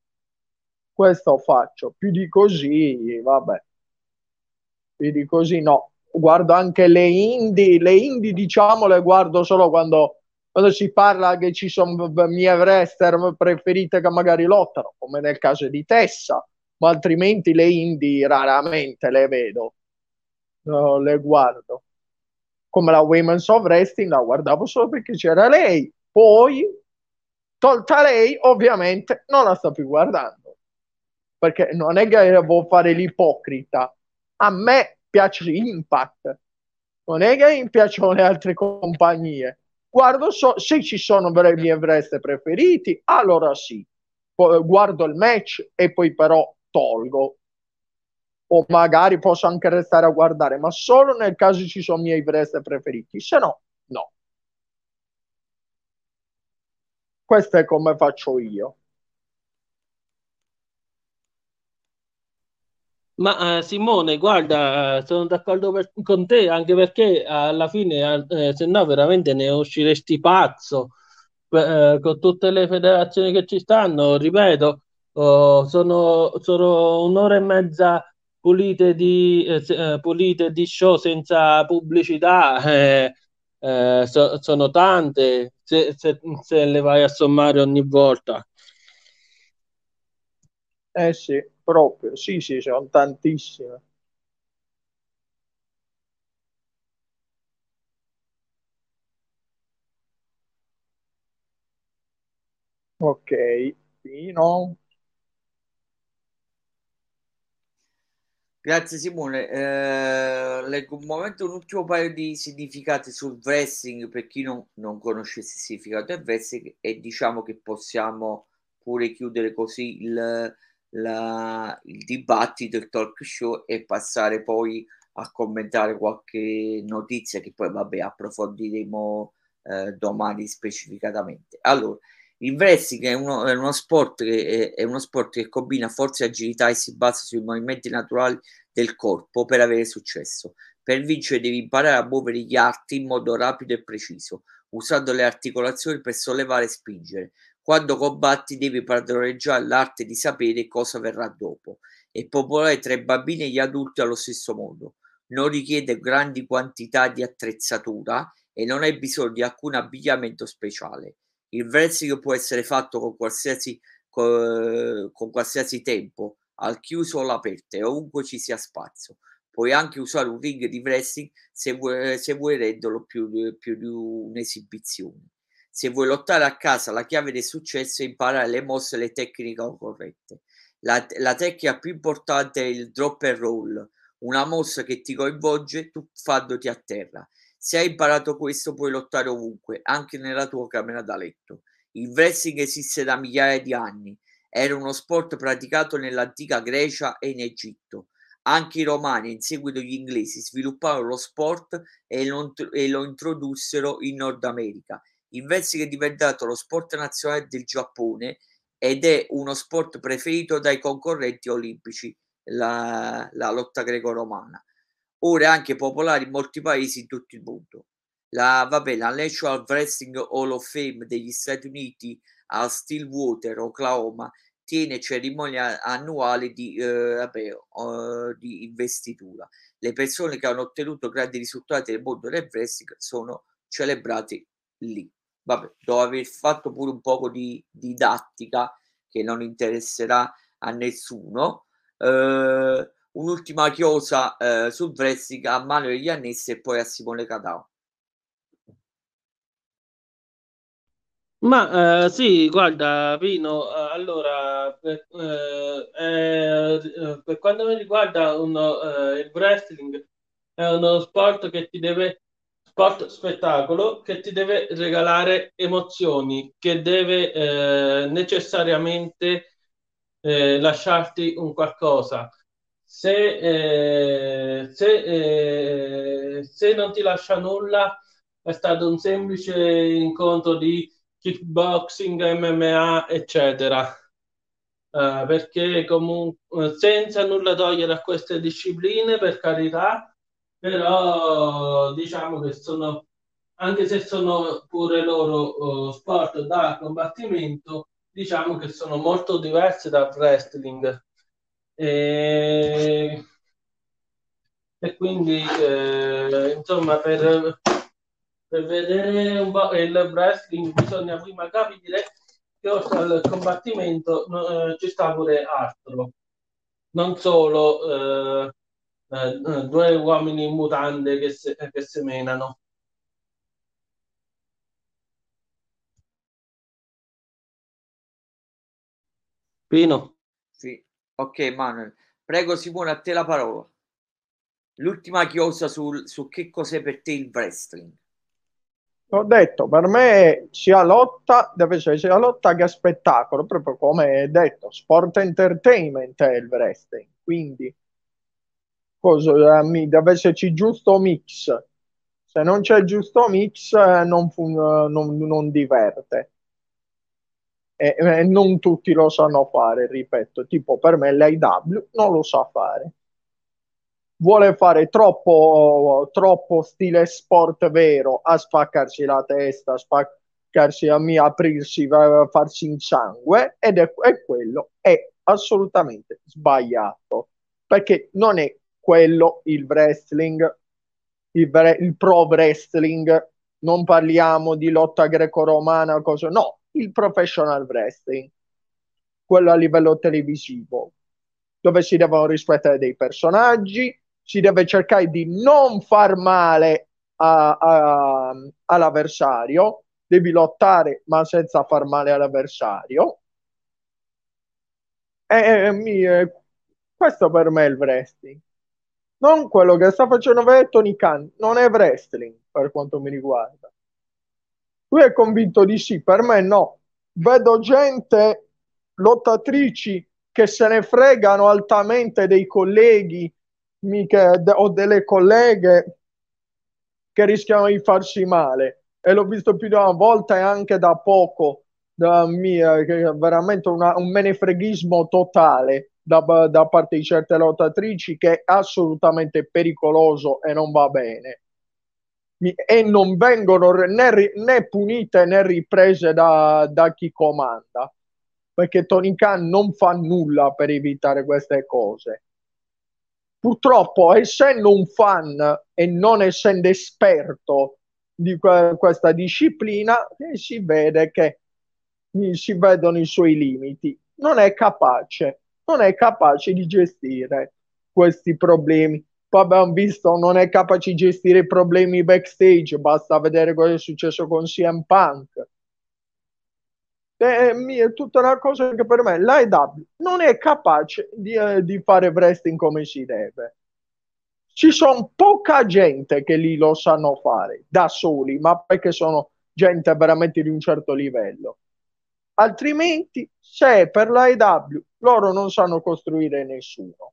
B: Questo faccio, più di così, vabbè, più di così no. Guardo anche le indie, le indie diciamo le guardo solo quando, quando si parla che ci sono mie wrestler preferite che magari lottano, come nel caso di Tessa, ma altrimenti le indie raramente le vedo, no, le guardo. Come la Women's of Wrestling la guardavo solo perché c'era lei, poi tolta lei ovviamente non la sto più guardando perché non è che devo fare l'ipocrita. A me piace Impact, non è che mi piacciono le altre compagnie. Guardo so, se ci sono i miei wrestler preferiti, allora sì. Poi guardo il match e poi però tolgo. O magari posso anche restare a guardare, ma solo nel caso ci sono i miei wrestler preferiti. Se no, no. Questo è come faccio io.
C: Ma eh, Simone, guarda, eh, sono d'accordo per- con te anche perché alla fine, eh, se no, veramente ne usciresti pazzo. Eh, con tutte le federazioni che ci stanno, ripeto, oh, sono, sono un'ora e mezza pulite di, eh, se- eh, pulite di show senza pubblicità, eh, eh, so- sono tante se, se se le vai a sommare ogni volta.
B: Eh sì, proprio, sì, sì, sono tantissime. Ok, sì, no?
A: Grazie Simone. Eh, leggo un momento un ultimo paio di significati sul wrestling per chi non, non conoscesse il significato del wrestling e diciamo che possiamo oppure chiudere così il, la, il dibattito, il talk show e passare poi a commentare qualche notizia che poi vabbè approfondiremo eh, domani specificatamente. Allora, il wrestling è uno, è uno sport che è, è uno sport che combina forza e agilità e si basa sui movimenti naturali del corpo per avere successo. Per vincere devi imparare a muovere gli arti in modo rapido e preciso, usando le articolazioni per sollevare e spingere. Quando combatti devi padroneggiare l'arte di sapere cosa verrà dopo. È popolare tra i bambini e gli adulti allo stesso modo. Non richiede grandi quantità di attrezzatura e non hai bisogno di alcun abbigliamento speciale. Il wrestling può essere fatto con qualsiasi, con, con qualsiasi tempo, al chiuso o all'aperto, e ovunque ci sia spazio. Puoi anche usare un ring di wrestling se vuoi, se vuoi renderlo più, più di un'esibizione. Se vuoi lottare a casa, la chiave del successo è imparare le mosse e le tecniche corrette. La, la tecnica più importante è il drop and roll, una mossa che ti coinvolge tuffandoti a terra. Se hai imparato questo puoi lottare ovunque, anche nella tua camera da letto. Il wrestling esiste da migliaia di anni. Era uno sport praticato nell'antica Grecia e in Egitto. Anche i romani, in seguito gli inglesi, svilupparono lo sport e lo, e lo introdussero in Nord America. Il wrestling è diventato lo sport nazionale del Giappone ed è uno sport preferito dai concorrenti olimpici, la, la lotta greco-romana. Ora è anche popolare in molti paesi in tutto il mondo. La, vabbè, la National Wrestling Hall of Fame degli Stati Uniti a Stillwater, Oklahoma, tiene cerimonie annuali di, eh, vabbè, uh, di investitura. Le persone che hanno ottenuto grandi risultati nel mondo del wrestling sono celebrate lì. Vabbè, devo aver fatto pure un poco di didattica che non interesserà a nessuno. Uh, un'ultima chiosa uh, sul wrestling a Manuel Iannese e poi a Simone Cadao.
C: Ma eh, sì, guarda, Pino, eh, allora, per, eh, eh, per quanto mi riguarda uno, eh, il wrestling è uno sport che ti deve, sport spettacolo, che ti deve regalare emozioni, che deve eh, necessariamente eh, lasciarti un qualcosa. Se, eh, se, eh, se non ti lascia nulla, è stato un semplice incontro di kickboxing, M M A, eccetera. Uh, perché comunque senza nulla togliere a queste discipline, per carità, però diciamo che sono, anche se sono pure loro uh, sport da combattimento, diciamo che sono molto diverse dal wrestling. E, e quindi eh, insomma per, per vedere un po' il wrestling bisogna prima capire che oltre al combattimento eh, ci sta pure altro, non solo eh, eh, due uomini in mutande che, se, che semenano. Pino?
A: Sì. Ok, Manuel. Prego Simone, a te la parola. L'ultima chiosa sul, su che cos'è per te il wrestling.
B: Ho detto, per me sia lotta, deve essere sia lotta che spettacolo, proprio come hai detto, sport entertainment è il wrestling, quindi cosa, mi, deve esserci giusto mix. Se non c'è il giusto mix eh, non, fun- non, non diverte. E, e non tutti lo sanno fare, ripeto, tipo per me l'A E W non lo sa fare. Vuole fare troppo, troppo stile sport vero, a spaccarsi la testa, a spaccarsi, a mi aprirsi, a farsi in sangue, ed è, è quello, è assolutamente sbagliato, perché non è quello il wrestling, il, vre- il pro wrestling, non parliamo di lotta greco-romana, cosa, no, il professional wrestling, quello a livello televisivo, dove si devono rispettare dei personaggi, si deve cercare di non far male a- a- all'avversario, devi lottare ma senza far male all'avversario. E, e- mi- eh, questo per me è il wrestling. Non quello che sta facendo vedere Tony Khan, non è wrestling per quanto mi riguarda. Lui è convinto di sì, per me no. Vedo gente lottatrici che se ne fregano altamente dei colleghi mica, o delle colleghe che rischiano di farsi male. E l'ho visto più di una volta e anche da poco, da mia, che è veramente una, un menefreghismo totale da, da parte di certe lottatrici che è assolutamente pericoloso e non va bene. E non vengono né, né punite né riprese da, da chi comanda, perché Tony Khan non fa nulla per evitare queste cose. Purtroppo, essendo un fan e non essendo esperto di que- questa disciplina, eh, si vede che si vedono i suoi limiti. Non è capace, non è capace di gestire questi problemi. Poi abbiamo visto, non è capace di gestire i problemi backstage, basta vedere cosa è successo con C M Punk. È, è tutta una cosa che per me l'A E W non è capace di, eh, di fare wrestling come si deve. Ci sono poca gente che lì lo sanno fare da soli, ma perché sono gente veramente di un certo livello. Altrimenti, se per l'A E W loro non sanno costruire nessuno.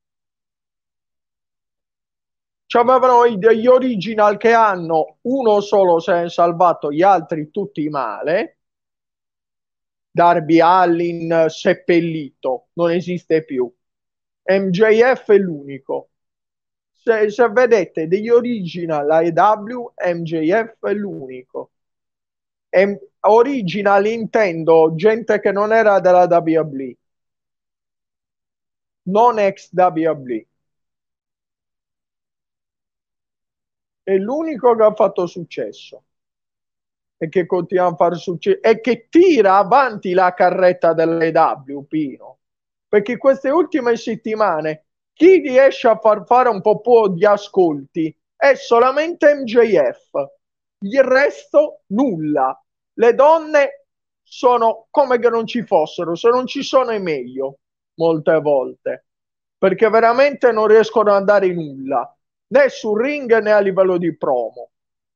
B: C'avevano degli original che hanno uno solo se è salvato, gli altri tutti male. Darby Allin seppellito, non esiste più. M J F è l'unico. Se, se vedete degli original A E W, M J F è l'unico. E original intendo gente che non era della W W E, non ex W W E. È l'unico che ha fatto successo e che continua a fare successo e che tira avanti la carretta dell'A E W, Pino. Perché queste ultime settimane chi riesce a far fare un po' di ascolti è solamente M J F. Il resto nulla. Le donne sono come che non ci fossero, se non ci sono è meglio molte volte, perché veramente non riescono ad andare in nulla, né sul ring né a livello di promo.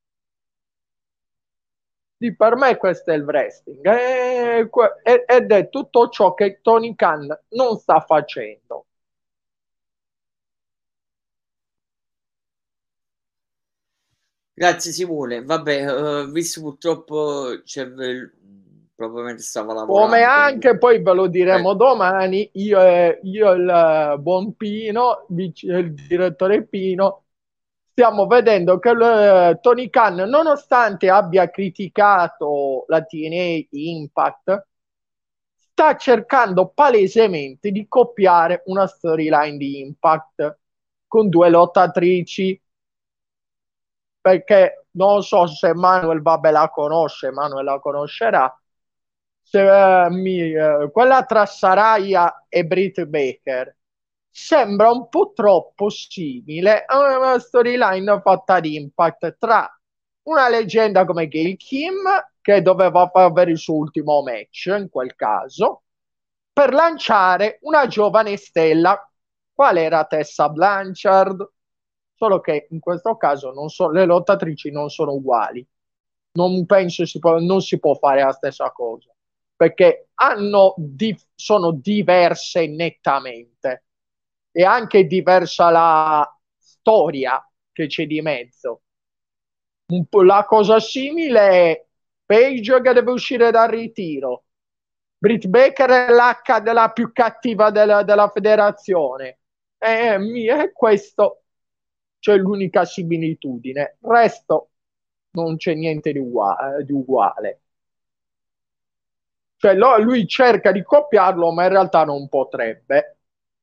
B: Sì, per me questo è il wrestling ed è tutto ciò che Tony Khan non sta facendo.
A: Grazie Simone, vabbè, uh, visto purtroppo c'è probabilmente stava lavorando.
B: Come anche, poi ve lo diremo eh. domani, io e io il buon Pino, il direttore Pino, stiamo vedendo che il, Tony Khan, nonostante abbia criticato la T N A Impact, sta cercando palesemente di copiare una storyline di Impact con due lottatrici, perché non so se Manuel vabbè la conosce, Manuel la conoscerà, se, uh, mi, uh, quella tra Saraya e Britt Baker sembra un po' troppo simile a una storyline fatta di Impact tra una leggenda come Gail Kim, che doveva avere il suo ultimo match in quel caso, per lanciare una giovane stella, qual era Tessa Blanchard, solo che in questo caso non so, le lottatrici non sono uguali. Non penso si può, non si può fare la stessa cosa, perché hanno di, sono diverse nettamente. E anche diversa la storia che c'è di mezzo. Un po' la cosa simile è Paige che deve uscire dal ritiro. Britt Baker è l'H della più cattiva della, della federazione. E eh, questo c'è l'unica similitudine. Il resto non c'è niente di uguale. Di uguale. Cioè lui cerca di copiarlo, ma in realtà non potrebbe.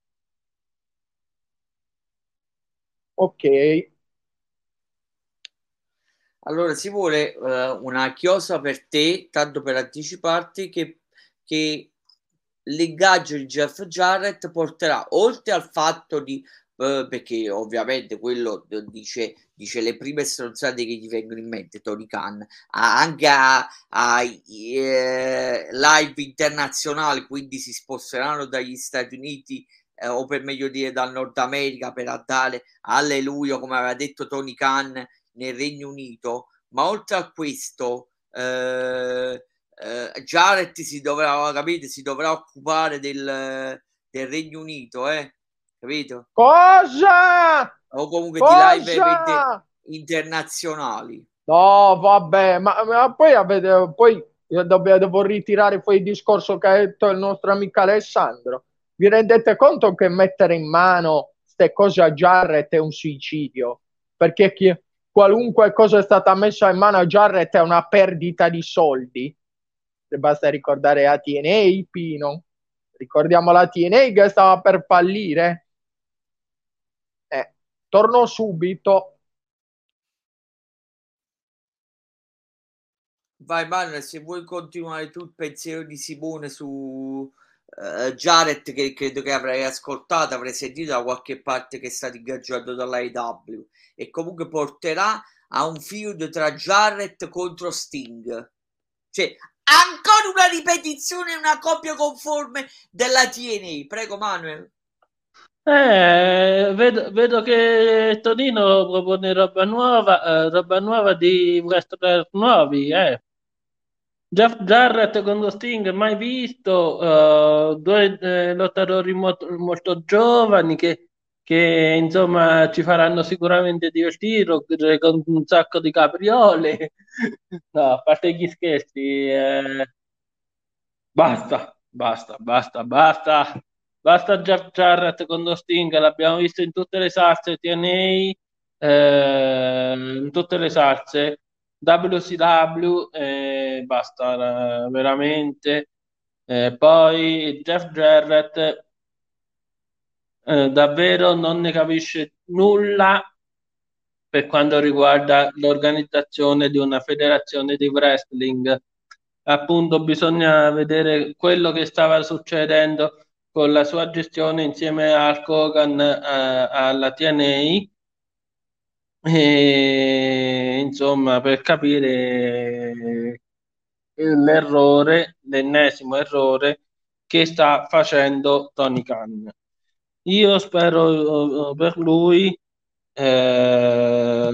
B: Ok.
A: Allora si vuole uh, una chiosa per te, tanto per anticiparti che, che l'ingaggio di Jeff Jarrett porterà, oltre al fatto di uh, perché ovviamente quello dice, dice le prime stronzate che gli vengono in mente Tony Khan, anche a, a eh, live internazionali, quindi si sposteranno dagli Stati Uniti eh, o per meglio dire dal Nord America per andare alleluia, come aveva detto Tony Khan, nel Regno Unito. Ma oltre a questo eh, eh, Jarrett si dovrà, capite, si dovrà occupare del, del Regno Unito, eh, capito?
B: Cosa?
A: O comunque
B: Cosa?
A: di live event internazionali.
B: No, vabbè, ma, ma poi, avete, poi devo, devo ritirare poi il discorso che ha detto il nostro amico Alessandro. Vi rendete conto che mettere in mano queste cose a Jarrett è un suicidio? Perché chi, qualunque cosa è stata messa in mano a Jarrett è una perdita di soldi. Basta ricordare la T N A, Pino. Ricordiamo la T N A che stava per fallire. Eh, torno subito.
A: Vai Manuel, se vuoi continuare tu il pensiero di Simone su uh, Jarrett, che credo che avrai ascoltato, avrai sentito da qualche parte che è stato ingaggiato dall'A E W e comunque porterà a un feud tra Jarrett contro Sting. Cioè, ancora una ripetizione, una coppia conforme della T N A. Prego Manuel.
C: Eh, vedo, vedo che Tonino propone roba nuova, eh, roba nuova di wrestler nuovi, eh. Jeff Jarrett contro Sting, mai visto, eh, due eh, lottatori molto, molto giovani che, che insomma ci faranno sicuramente divertire con un sacco di capriole. No, a parte gli scherzi, eh, basta, basta, basta, basta. Basta Jeff Jarrett contro Sting, l'abbiamo visto in tutte le salse T N A, eh, in tutte le salse W C W, eh, basta, eh, veramente. Eh, poi Jeff Jarrett eh, davvero non ne capisce nulla per quanto riguarda l'organizzazione di una federazione di wrestling. Appunto, bisogna vedere quello che stava succedendo con la sua gestione insieme a Hulk Hogan eh, alla T N A. E, insomma, per capire l'errore, l'ennesimo errore che sta facendo Tony Khan. Io spero uh, per lui eh,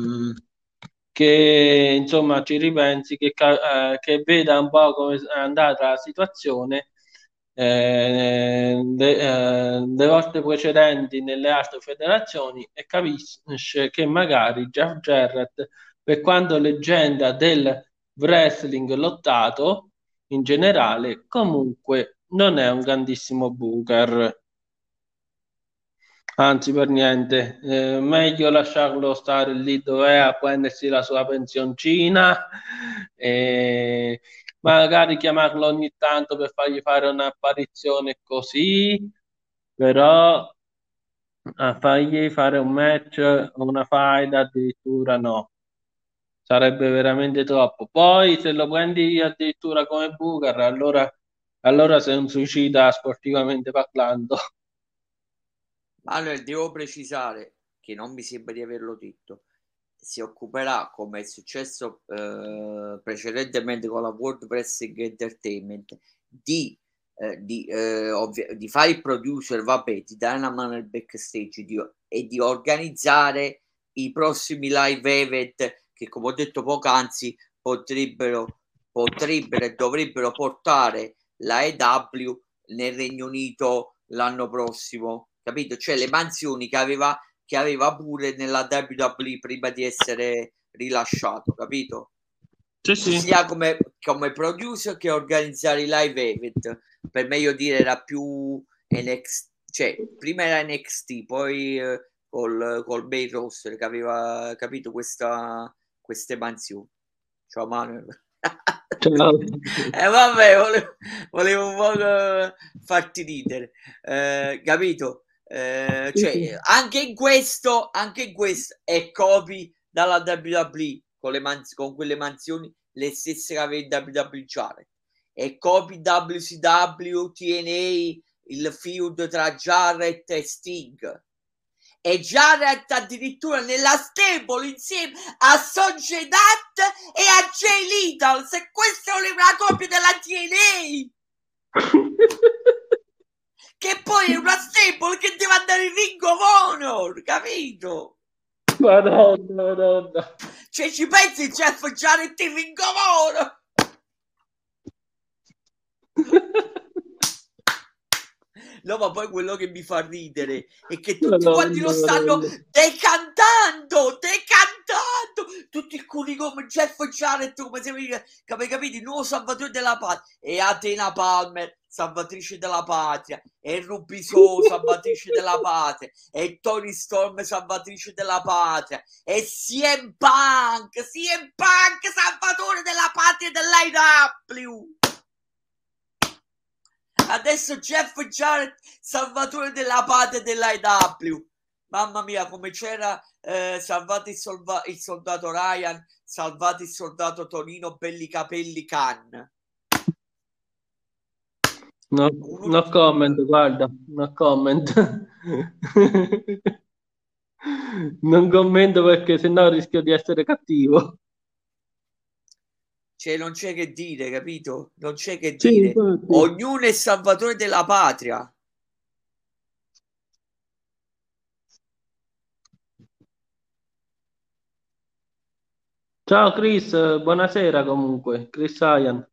C: che insomma ci ripensi, che, eh, che veda un po' come è andata la situazione eh, le, eh, le volte precedenti nelle altre federazioni e capisce che magari Jeff Jarrett, per quanto leggenda del wrestling lottato in generale, comunque non è un grandissimo booker. Anzi, per niente, eh, meglio lasciarlo stare lì dove è a prendersi la sua pensioncina e magari chiamarlo ogni tanto per fargli fare un'apparizione così, però a fargli fare un match o una faida addirittura no, sarebbe veramente troppo. Poi se lo prendi addirittura come Booker, allora, allora sei un suicida sportivamente parlando.
A: Allora, devo precisare che non mi sembra di averlo detto. Si occuperà, come è successo eh, precedentemente con la World Wrestling Entertainment, di, eh, di, eh, ovvi- di fare il producer, vabbè, di dare una mano al backstage di, e di organizzare i prossimi live event che, come ho detto poc'anzi, potrebbero, potrebbero e dovrebbero portare la E W nel Regno Unito l'anno prossimo, capito? Cioè le mansioni che aveva che aveva pure nella W W E prima di essere rilasciato, capito?
C: Sì, sì.
A: Sia come, come producer che organizzare i live event. Per meglio dire era più N X T, cioè prima era N X T, poi eh, col, col main roster che aveva capito questa, queste mansioni. Ciao Manuel.
C: Ciao.
A: eh, vabbè, volevo, volevo un po' farti ridere, eh, capito? Eh, cioè, anche in questo, anche in questo è copy dalla W W E con, le manz- con quelle mansioni le stesse che aveva in W W E Jarrett. È copy W C W, T N A, il feud tra Jarrett e Sting. E Jarrett addirittura nella stable insieme a Sonjay Dutt e a Jay Lethal. Se questa è una copia della T N A che poi è una stable che deve andare in Ring of Honor, capito?
C: Madonna, madonna.
A: Cioè ci pensi Jeff Jarrett in Ring of Honor? No, ma poi quello che mi fa ridere è che tutti quanti lo stanno decantando, decantando, tutti alcuni come Jeff Jarrett, come se mi capito, il nuovo salvatore della patria, e Atena Palmer, salvatrice della patria, e Ruby Soho, salvatrice della patria, e Tony Storm, salvatrice della patria, e C M Punk, C M Punk, salvatore della patria dell'A E W. Adesso Jeff Jarrett, salvatore della patria dell'A E W. Mamma mia, come c'era eh, salvate il, solva- il soldato Ryan, salvate il soldato Tonino Bellicapelli Khan.
C: No, no comment, guarda, no comment. Non commento perché sennò rischio di essere cattivo.
A: Cioè, non c'è che dire, capito? Non c'è che
C: Sì,
A: dire.
C: infatti.
A: Ognuno è salvatore della patria.
C: Ciao Chris, buonasera comunque, Chris Ryan.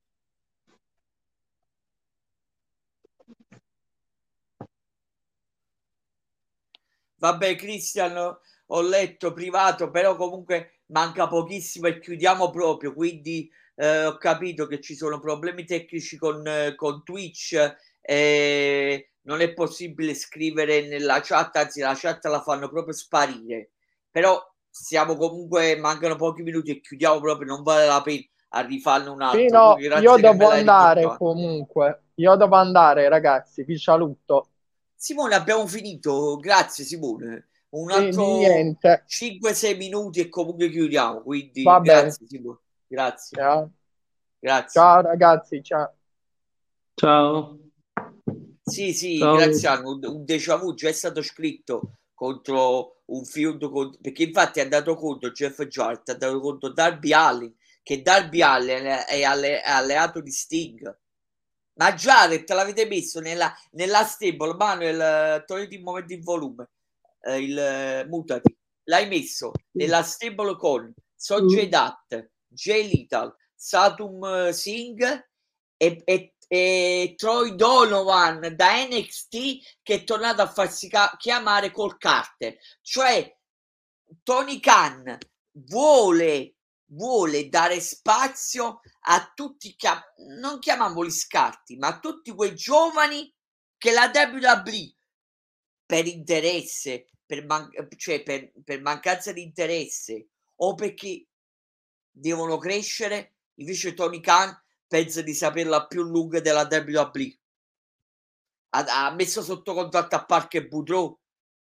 A: Vabbè, Cristian, ho letto privato, però comunque manca pochissimo e chiudiamo proprio, quindi eh, ho capito che ci sono problemi tecnici con, eh, con Twitch e non è possibile scrivere nella chat, anzi la chat la fanno proprio sparire, però siamo comunque, mancano pochi minuti e chiudiamo proprio, non vale la pena a rifarne un altro.
B: Sì, no,
A: Quindi
B: io
A: grazie che me
B: devo
A: l'hai
B: andare
A: ricordato.
B: comunque. Io devo andare, ragazzi. Vi saluto.
A: Simone, abbiamo finito, grazie Simone. Un
B: Sì, di
A: altro
B: niente.
A: cinque sei minuti e comunque chiudiamo, quindi
B: Va bene.
A: grazie Simone, grazie,
B: Ciao,
A: grazie.
B: ciao ragazzi, ciao.
C: Ciao.
A: Sì, sì,
C: Ciao.
A: grazie Anno, un, un déjà vu già è stato scritto contro un feud, con- perché infatti ha dato conto Jeff Jarrett, ha dato conto Darby Allin, che Darby Allin è, alle- è alleato di Sting. Ma Jarrett l'avete messo nella, nella stable, Manuel, togliti un momento il volume, eh, il eh, mutati, l'hai messo nella stable con Sonjay Dutt, Jay Lethal, Satum eh, Singh e, e, e Troy Donovan da N X T, che è tornato a farsi ca- chiamare Cole Carter. Cioè Tony Khan vuole, vuole dare spazio a tutti, non chiamiamoli scarti, ma a tutti quei giovani che la W W E per interesse, per, man- cioè per, per mancanza di interesse o perché devono crescere, invece Tony Khan pensa di saperla più lunga della W W E. Ha, ha messo sotto contratto a Parker Boudreaux.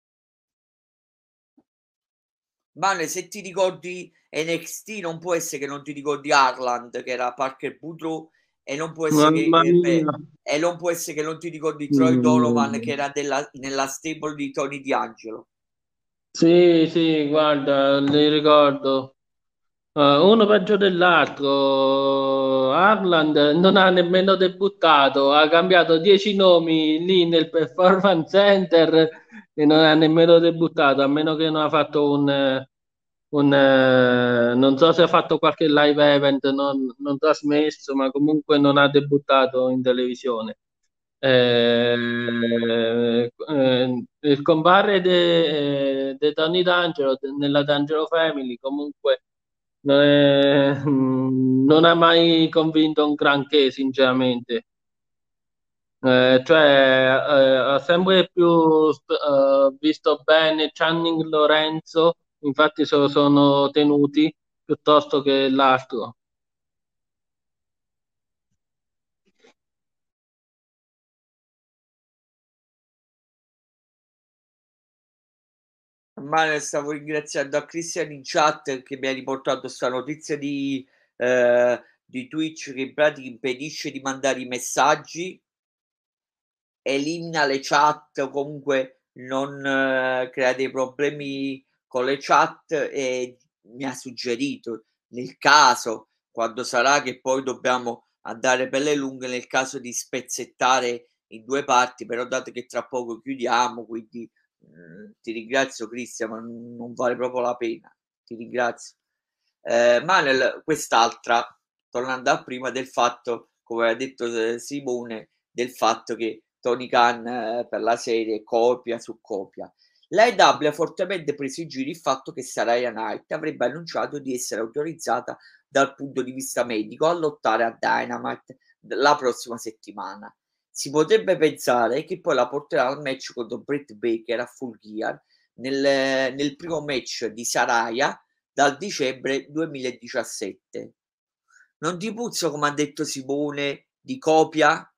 A: Mane, se ti ricordi N X T, non può essere che non ti ricordi Harland, che era Parker Boudreaux, e non può essere che,
C: Mamma
A: eh, beh,
C: mia.
A: e non può essere che non ti ricordi Troy Donovan, che
C: Mm.
A: era della, nella stable di Tony D'Angelo.
C: Sì, sì, guarda, li ricordo. Eh, uno peggio dell'altro. Harland non ha nemmeno debuttato, ha cambiato dieci nomi lì nel Performance Center e non ha nemmeno debuttato, a meno che non ha fatto un, eh, un, eh, non so se ha fatto qualche live event non, non trasmesso, ma comunque non ha debuttato in televisione. Eh, eh, il compare di Tony D'Angelo de- nella D'Angelo Family comunque non, è- non ha mai convinto un granché, sinceramente. Eh, cioè, eh, ha sempre più st- eh, visto bene Channing Lorenzo, infatti se lo sono tenuti piuttosto che l'altro.
A: Ma stavo ringraziando a Christian in chat che mi ha riportato questa notizia di, eh, di Twitch che in pratica impedisce di mandare i messaggi, elimina le chat o comunque non eh, crea dei problemi con le chat, e mi ha suggerito nel caso, quando sarà che poi dobbiamo andare per le lunghe, nel caso di spezzettare in due parti, però dato che tra poco chiudiamo, quindi mh, ti ringrazio Cristian, ma non vale proprio la pena, ti ringrazio. Eh, Manuel, quest'altra, tornando a prima del fatto come ha detto eh, Simone, del fatto che Tony Khan eh, per la serie copia su copia. La A E W ha fortemente preso in giro il fatto che Saraya Knight avrebbe annunciato di essere autorizzata dal punto di vista medico a lottare a Dynamite la prossima settimana. Si potrebbe pensare che poi la porterà al match contro Britt Baker a Full Gear nel, nel primo match di Saraya dal dicembre duemiladiciassette. Non ti puzzo, come ha detto Simone, di copia?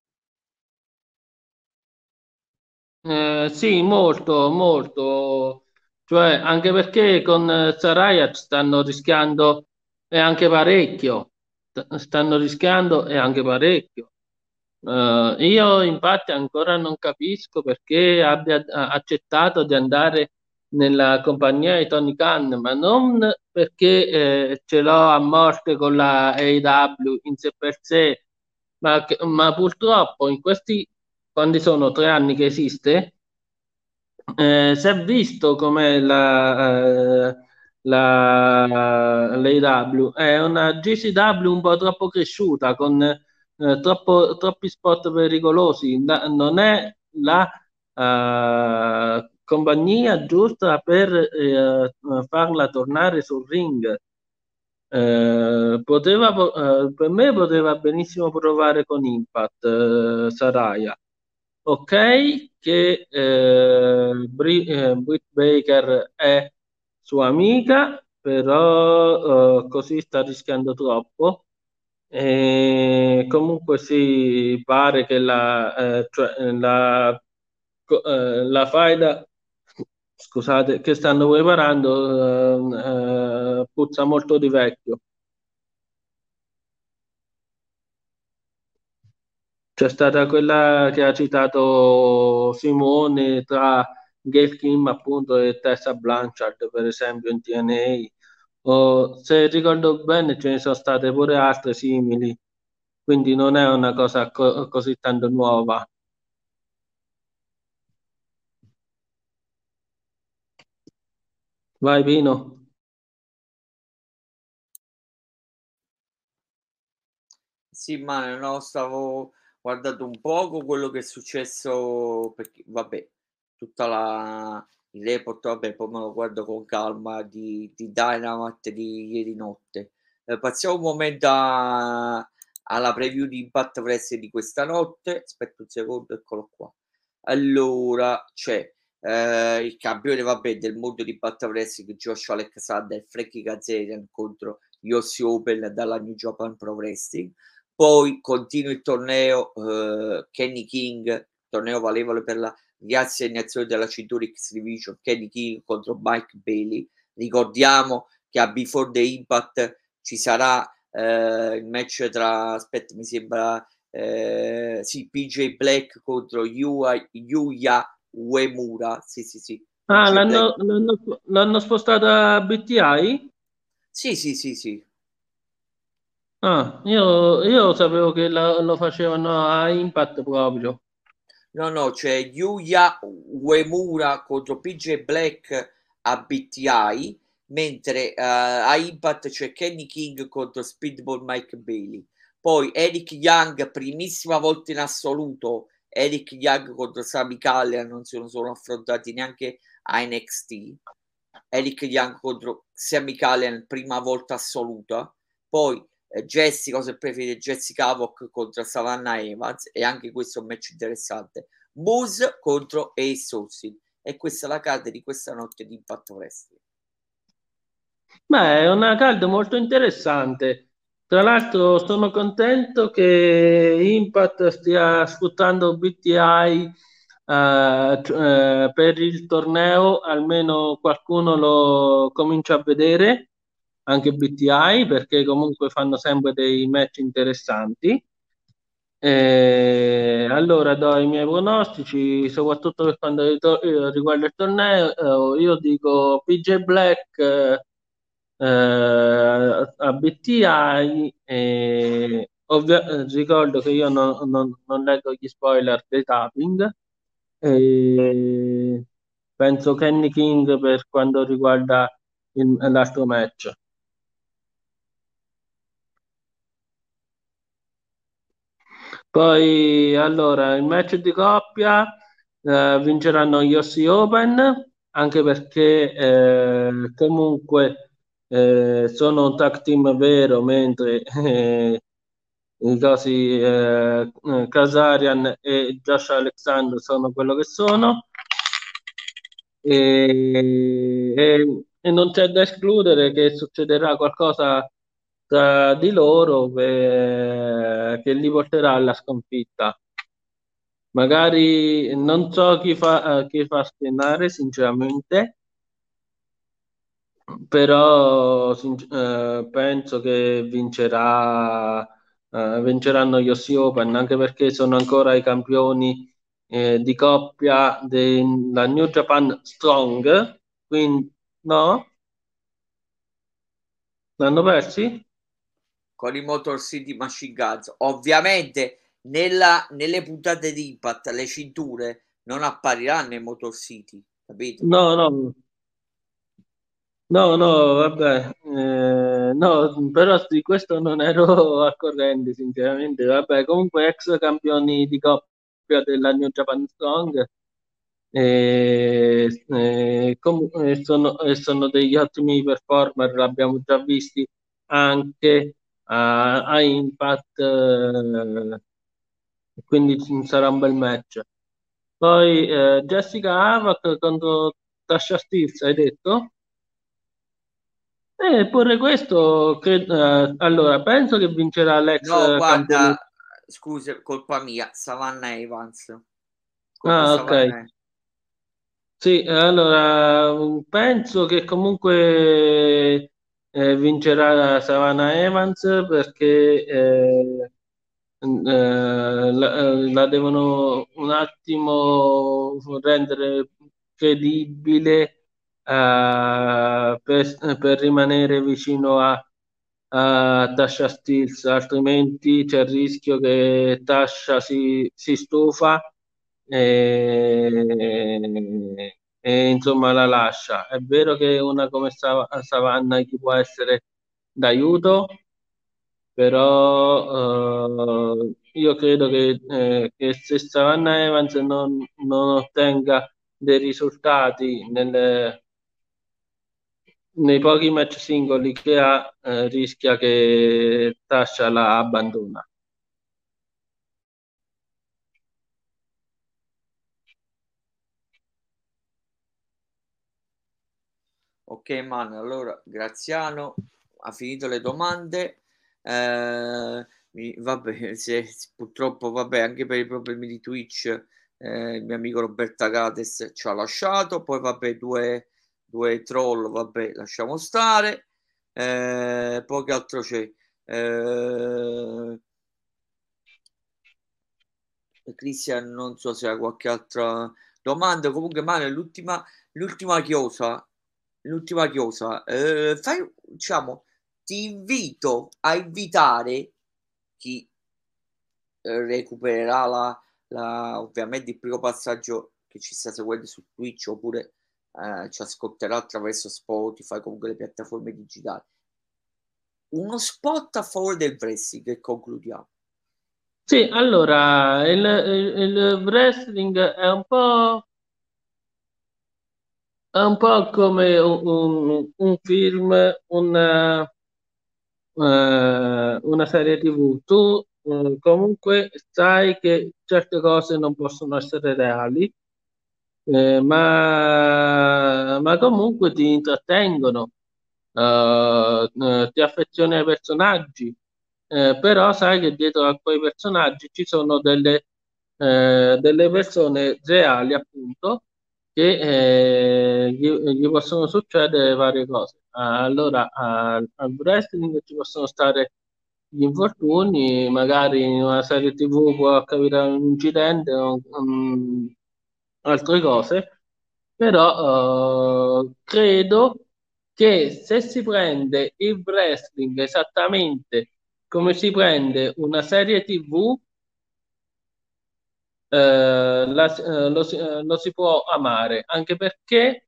C: Eh, sì, molto, molto. Cioè, anche perché con eh, Saraya stanno rischiando e anche parecchio. St- Stanno rischiando e anche parecchio. Eh, io infatti ancora non capisco perché abbia a- accettato di andare nella compagnia di Tony Khan, ma non perché eh, ce l'ho a morte con la A E W in sé per sé, ma, che- ma purtroppo in questi, quando sono tre anni che esiste, eh, si è visto come la, eh, la, l'A E W è una G C W un po' troppo cresciuta, con eh, troppo- troppi spot pericolosi. Da- non è la eh, compagnia giusta per eh, farla tornare sul ring. Eh, poteva, po- eh, per me poteva benissimo provare con Impact, eh, Saraya. Ok, che eh, Bri- eh, Britt Baker è sua amica, però eh, così sta rischiando troppo. E comunque si pare che la, eh, cioè, eh, la, co- eh, la faida, scusate, che stanno preparando eh, eh, puzza molto di vecchio. C'è stata quella che ha citato Simone tra Gail Kim appunto e Tessa Blanchard, per esempio in T N A. O, se ricordo bene ce ne sono state pure altre simili, quindi non è una cosa co- così tanto nuova. Vai Pino.
A: Sì, ma no, stavo guardando un poco quello che è successo, perché vabbè, tutta la il report, vabbè, poi me lo guardo con calma di, di Dynamite di ieri notte. Eh, passiamo un momento a- alla preview di Impact Wrestling di questa notte. Aspetta un secondo, eccolo qua. Allora, c'è eh, il campione, vabbè, del mondo di Impact Wrestling, Josh Alexander e Frankie Kazarian contro gli Aussie Open dalla New Japan Pro Wrestling. Poi continua il torneo eh, Kenny King, torneo valevole per la riassegnazione della cintura X Division, Kenny King contro Mike Bailey. Ricordiamo che a Before the Impact ci sarà eh, il match tra, aspetta, mi sembra eh, sì, P J Black contro Yuya, Yuya Uemura. Sì, sì, sì,
C: Ah,
A: P J Black.
C: l'hanno l'hanno- l'hanno spostata a B T I?
A: Sì, sì, sì, sì.
C: Ah, io, io sapevo che la- lo facevano a Impact proprio.
A: No, no, c'è Yuya Uemura contro P J Black a B T I, mentre eh, a Impact c'è Kenny King contro Speedball Mike Bailey. Poi Eric Young, primissima volta in assoluto, Eric Young contro Sami Callihan, non si sono affrontati neanche a N X T. Eric Young contro Sami Callihan, prima volta assoluta. Poi eh, Jessica, se preferite, Jessica Havoc contro Savannah Evans, e anche questo è un match interessante. Moose contro Ace Austin, e questa è la card di questa notte di Impact Wrestling.
C: Beh, è una card molto interessante. Tra l'altro sono contento che Impact stia sfruttando B T I eh, c- eh, per il torneo, almeno qualcuno lo comincia a vedere, anche B T I, perché comunque fanno sempre dei match interessanti. Eh, allora do i miei pronostici, soprattutto per quanto rito- eh, riguarda il torneo. Eh, io dico P J Black eh, eh, a B T I. E ovvia- eh, ricordo che io non, non- non leggo gli spoiler dei tapping. E penso Kenny King per quanto riguarda il- l'altro match. Poi, allora, il match di coppia eh, vinceranno gli Aussie Open, anche perché eh, comunque eh, sono un tag team vero, mentre eh, i cosi eh, eh, Kazarian e Josh Alexander sono quello che sono. E, e- e non c'è da escludere che succederà qualcosa tra di loro che, che li porterà alla sconfitta. Magari non so chi fa, eh, chi fa schienare, sinceramente, però sin- eh, penso che vincerà, eh, vinceranno gli Aussie Open, anche perché sono ancora i campioni eh, di coppia della New Japan Strong, quindi no? L'hanno persi?
A: con i Motor City Machine Guns. Ovviamente nella- nelle puntate di Impact le cinture non appariranno i Motor City, capito?
C: No, no, no, no, vabbè, eh, no, però di questo non ero al corrente, sinceramente. Vabbè, comunque ex campioni di coppia della New Japan Strong e, e com- e sono, e sono degli ottimi performer, l'abbiamo già visti anche a, a Impact, eh, quindi ci sarà un bel match. Poi eh, Jessica Havoc contro Tasha Steelz, hai detto? E pure questo, cre- eh, allora, penso che vincerà l'ex
A: No,
C: campione.
A: guarda, scusa, colpa mia, Savannah Evans contro
C: Ah, ok.
A: Savannah.
C: Sì, eh, allora, mm, penso che comunque eh, vincerà Savannah Evans perché eh, mm, eh, la, eh, la devono un attimo rendere credibile eh, per, per rimanere vicino a, a Tasha Steelz, altrimenti c'è il rischio che Tasha si, si stufa e, e, insomma la lascia. È vero che una come Sav- Savannah gli può essere d'aiuto, però eh, io credo che, eh, che se Savannah Evans non, non ottenga dei risultati nelle- nei pochi match singoli che ha, eh, rischia che Tasha la abbandona.
A: Ok, man, allora Graziano ha finito le domande. Eh, mi- vabbè, se, se purtroppo, vabbè, anche per i problemi di Twitch, eh, il mio amico Roberta Gates ci ha lasciato. Poi, vabbè, due, due troll, vabbè, lasciamo stare. Eh, poi che altro c'è? Eh, Cristian, non so se ha qualche altra domanda. Comunque, Mane, l'ultima, l'ultima chiosa, l'ultima chiosa. Eh, fai, diciamo, ti invito a invitare chi eh, recupererà la, la- ovviamente il primo passaggio che ci sta seguendo su Twitch oppure eh, ci ascolterà attraverso Spotify, comunque le piattaforme digitali. Uno spot a favore del wrestling e concludiamo.
C: Sì, allora, il, il- il wrestling è un po', è un po' come un, un- un film, una, eh, una serie T V. Tu eh, comunque sai che certe cose non possono essere reali, eh, ma, ma comunque ti intrattengono, eh, eh, ti affezioni ai personaggi, eh, però sai che dietro a quei personaggi ci sono delle, eh, delle persone reali, appunto, che eh, gli, gli possono succedere varie cose. Allora, al, al wrestling ci possono stare gli infortuni, magari in una serie T V può capitare un incidente o mm, altre cose, però eh, credo che se si prende il wrestling esattamente come si prende una serie T V, eh, la- eh, lo, si eh, lo si può amare, anche perché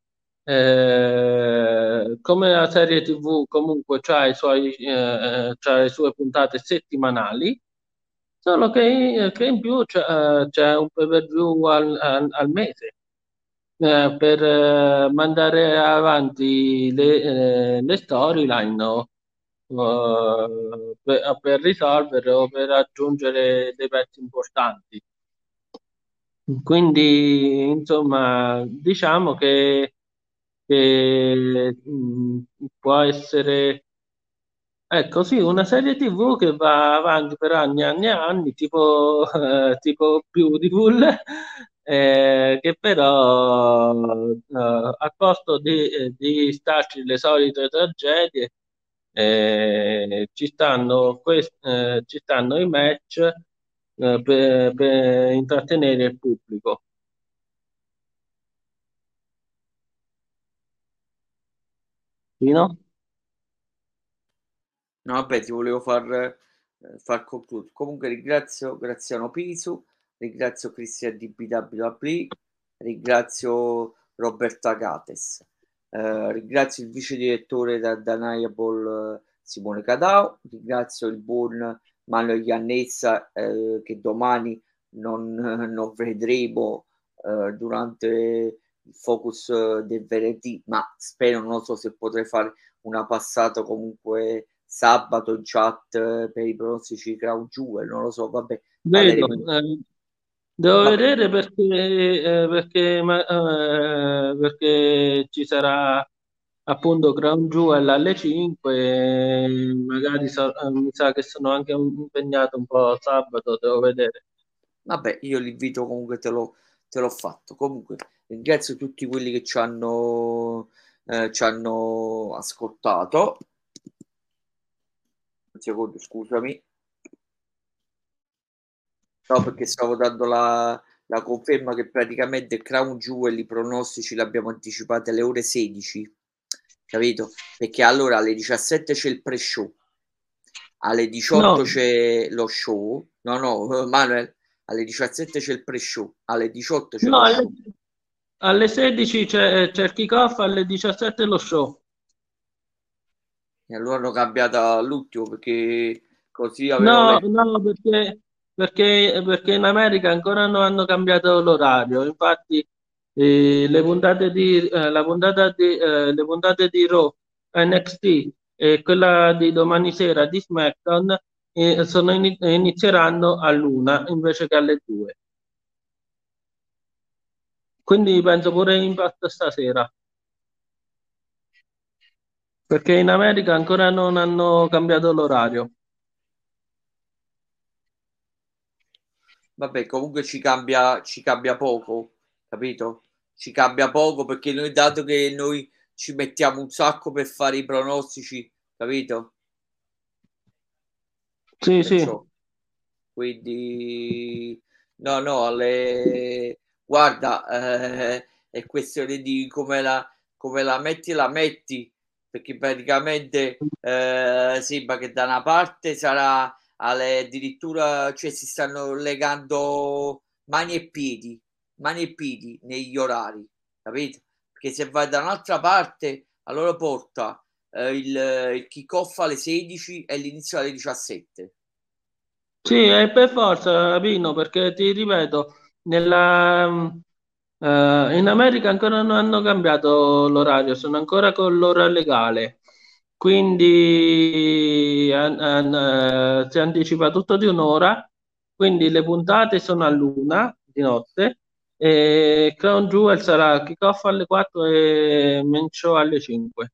C: eh, come la serie T V comunque c'ha i suoi, eh, c'ha le sue puntate settimanali, Solo che, che in più c'è, eh, c'è un pay per view al, al- al mese eh, per eh, mandare avanti le, eh, le storyline, no? Eh, per, per risolvere o per aggiungere dei pezzi importanti. Quindi, insomma, diciamo che, che, mh, può essere, ecco, sì, una serie T V che va avanti per anni e anni e anni, tipo, eh, tipo Beautiful, eh, che però eh, a costo di, eh, di starci le solite tragedie, eh, ci stanno, quest- eh, ci stanno i match eh, per, per intrattenere il pubblico. Sì, no?
A: No, vabbè, ti volevo far, eh, far concludere. Comunque ringrazio Graziano Pisu, ringrazio Cristian di B W A, ringrazio Roberto Agates, eh, ringrazio il vice direttore da Deniable eh, Simone Cadao, ringrazio il buon Manuel Iannezza eh, che domani non, non vedremo eh, durante il focus eh, del venerdì, ma spero, non so se potrei fare una passata comunque sabato in chat eh, per i pronostici di Crown Jewel, non lo so, vabbè,
C: Vedo,
A: parleremo.
C: eh, devo
A: Vabbè,
C: vedere perché, eh, perché, ma- eh, perché ci sarà appunto Crown Jewel alle cinque, e magari so- eh, mi sa che sono anche un- impegnato un po' sabato, devo vedere.
A: vabbè, io l'invito comunque te l'ho, te l'ho fatto. Comunque, ringrazio tutti quelli che ci hanno, eh, ci hanno ascoltato. Un secondo, scusami. No, perché stavo dando la, la conferma che praticamente Crown Jewel i pronostici l'abbiamo anticipati alle ore sedici, capito? Perché allora alle diciassette c'è il pre-show, alle diciotto
C: No,
A: c'è lo show, no no, Manuel, alle diciassette c'è il pre-show, alle diciotto c'è
C: no,
A: lo
C: alle,
A: show.
C: alle sedici c'è c'è il kick-off, alle diciassette lo show.
A: E allora hanno cambiato all'ultimo perché così avevo
C: No,
A: letto.
C: no, perché, perché, perché in America ancora non hanno cambiato l'orario. Infatti, eh, le puntate di, eh, la puntata di, eh, le puntate di Raw, N X T e quella di domani sera di SmackDown eh, sono ini- inizieranno all'una invece che alle due. Quindi penso pure Impact stasera, perché in America ancora non hanno cambiato l'orario.
A: Vabbè, comunque ci cambia, ci cambia poco, capito? Ci cambia poco perché noi, dato che noi ci mettiamo un sacco per fare i pronostici, capito?
C: Sì, sì.
A: Perciò, quindi, no, no, le... guarda, eh, è questione di come la, come la metti, la metti, perché praticamente eh, sembra che da una parte sarà alle, addirittura, cioè si stanno legando mani e piedi, mani e piedi negli orari, capito? Perché se vai da un'altra parte, allora porta eh, il, il kick-off alle sedici e l'inizio alle diciassette.
C: Sì, è per forza, Pino, perché ti ripeto, nella, eh, in America ancora non hanno cambiato l'orario, sono ancora con l'ora legale, quindi an- an- eh, si anticipa tutto di un'ora, quindi le puntate sono all'una di notte e Crown Jewel sarà kick-off alle quattro e main show alle cinque.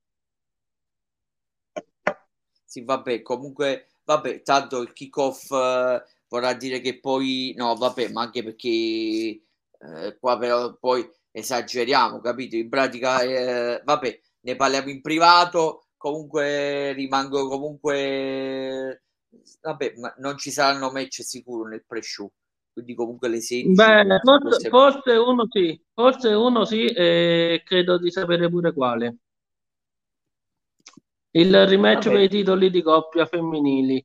A: Sì, vabbè, comunque, vabbè, tanto il kick-off eh, vorrà dire che poi, no, vabbè, ma anche perché eh, qua però poi esageriamo, capito? In pratica, eh, vabbè, ne parliamo in privato, comunque rimango comunque, vabbè, ma non ci saranno match sicuro nel pre-show, quindi comunque le sedici
C: Beh,
A: si può
C: forse,
A: sempre...
C: forse uno sì, forse uno sì, e credo di sapere pure quale. Il rematch per
A: Vabbè,
C: i titoli di coppia femminili.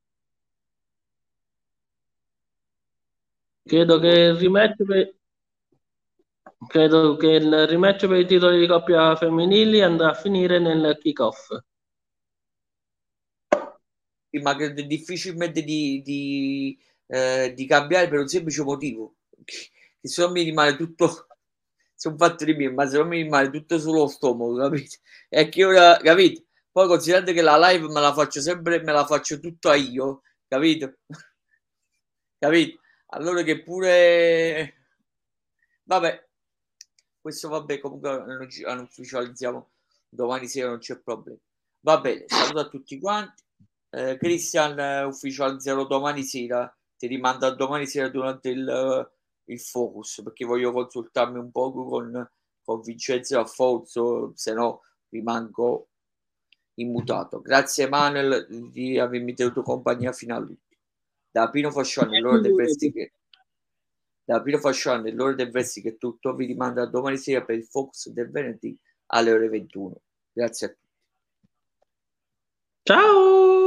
C: Credo che il rematch per, credo che il rematch per i titoli di coppia femminili andrà a finire nel kick-off.
A: sì, ma credo difficilmente di, di eh, di cambiare per un semplice motivo, che, che se non mi rimane tutto, sono fatto di me, ma se non mi rimane tutto sullo stomaco, capito? E che ora, capito? Poi considerate che la live me la faccio sempre, me la faccio tutta io, capito? Capito? Allora che pure... Vabbè, questo vabbè, comunque non, ci, non ufficializziamo domani sera, non c'è problema. Va bene, saluto a tutti quanti. Eh, Christian, eh, ufficializzerò domani sera, ti rimando a domani sera durante il, il focus, perché voglio consultarmi un po' con, con Vincenzo e Alfonso, se no rimango immutato. Grazie Emanuel di avermi tenuto compagnia fino all'ultimo. Da Pino Fascione, l'ora del Vesti da Pino Fascione, l'ora del Vesti che è tutto, vi rimando a domani sera per il focus del venerdì alle ore ventuno. Grazie a tutti.
C: Ciao!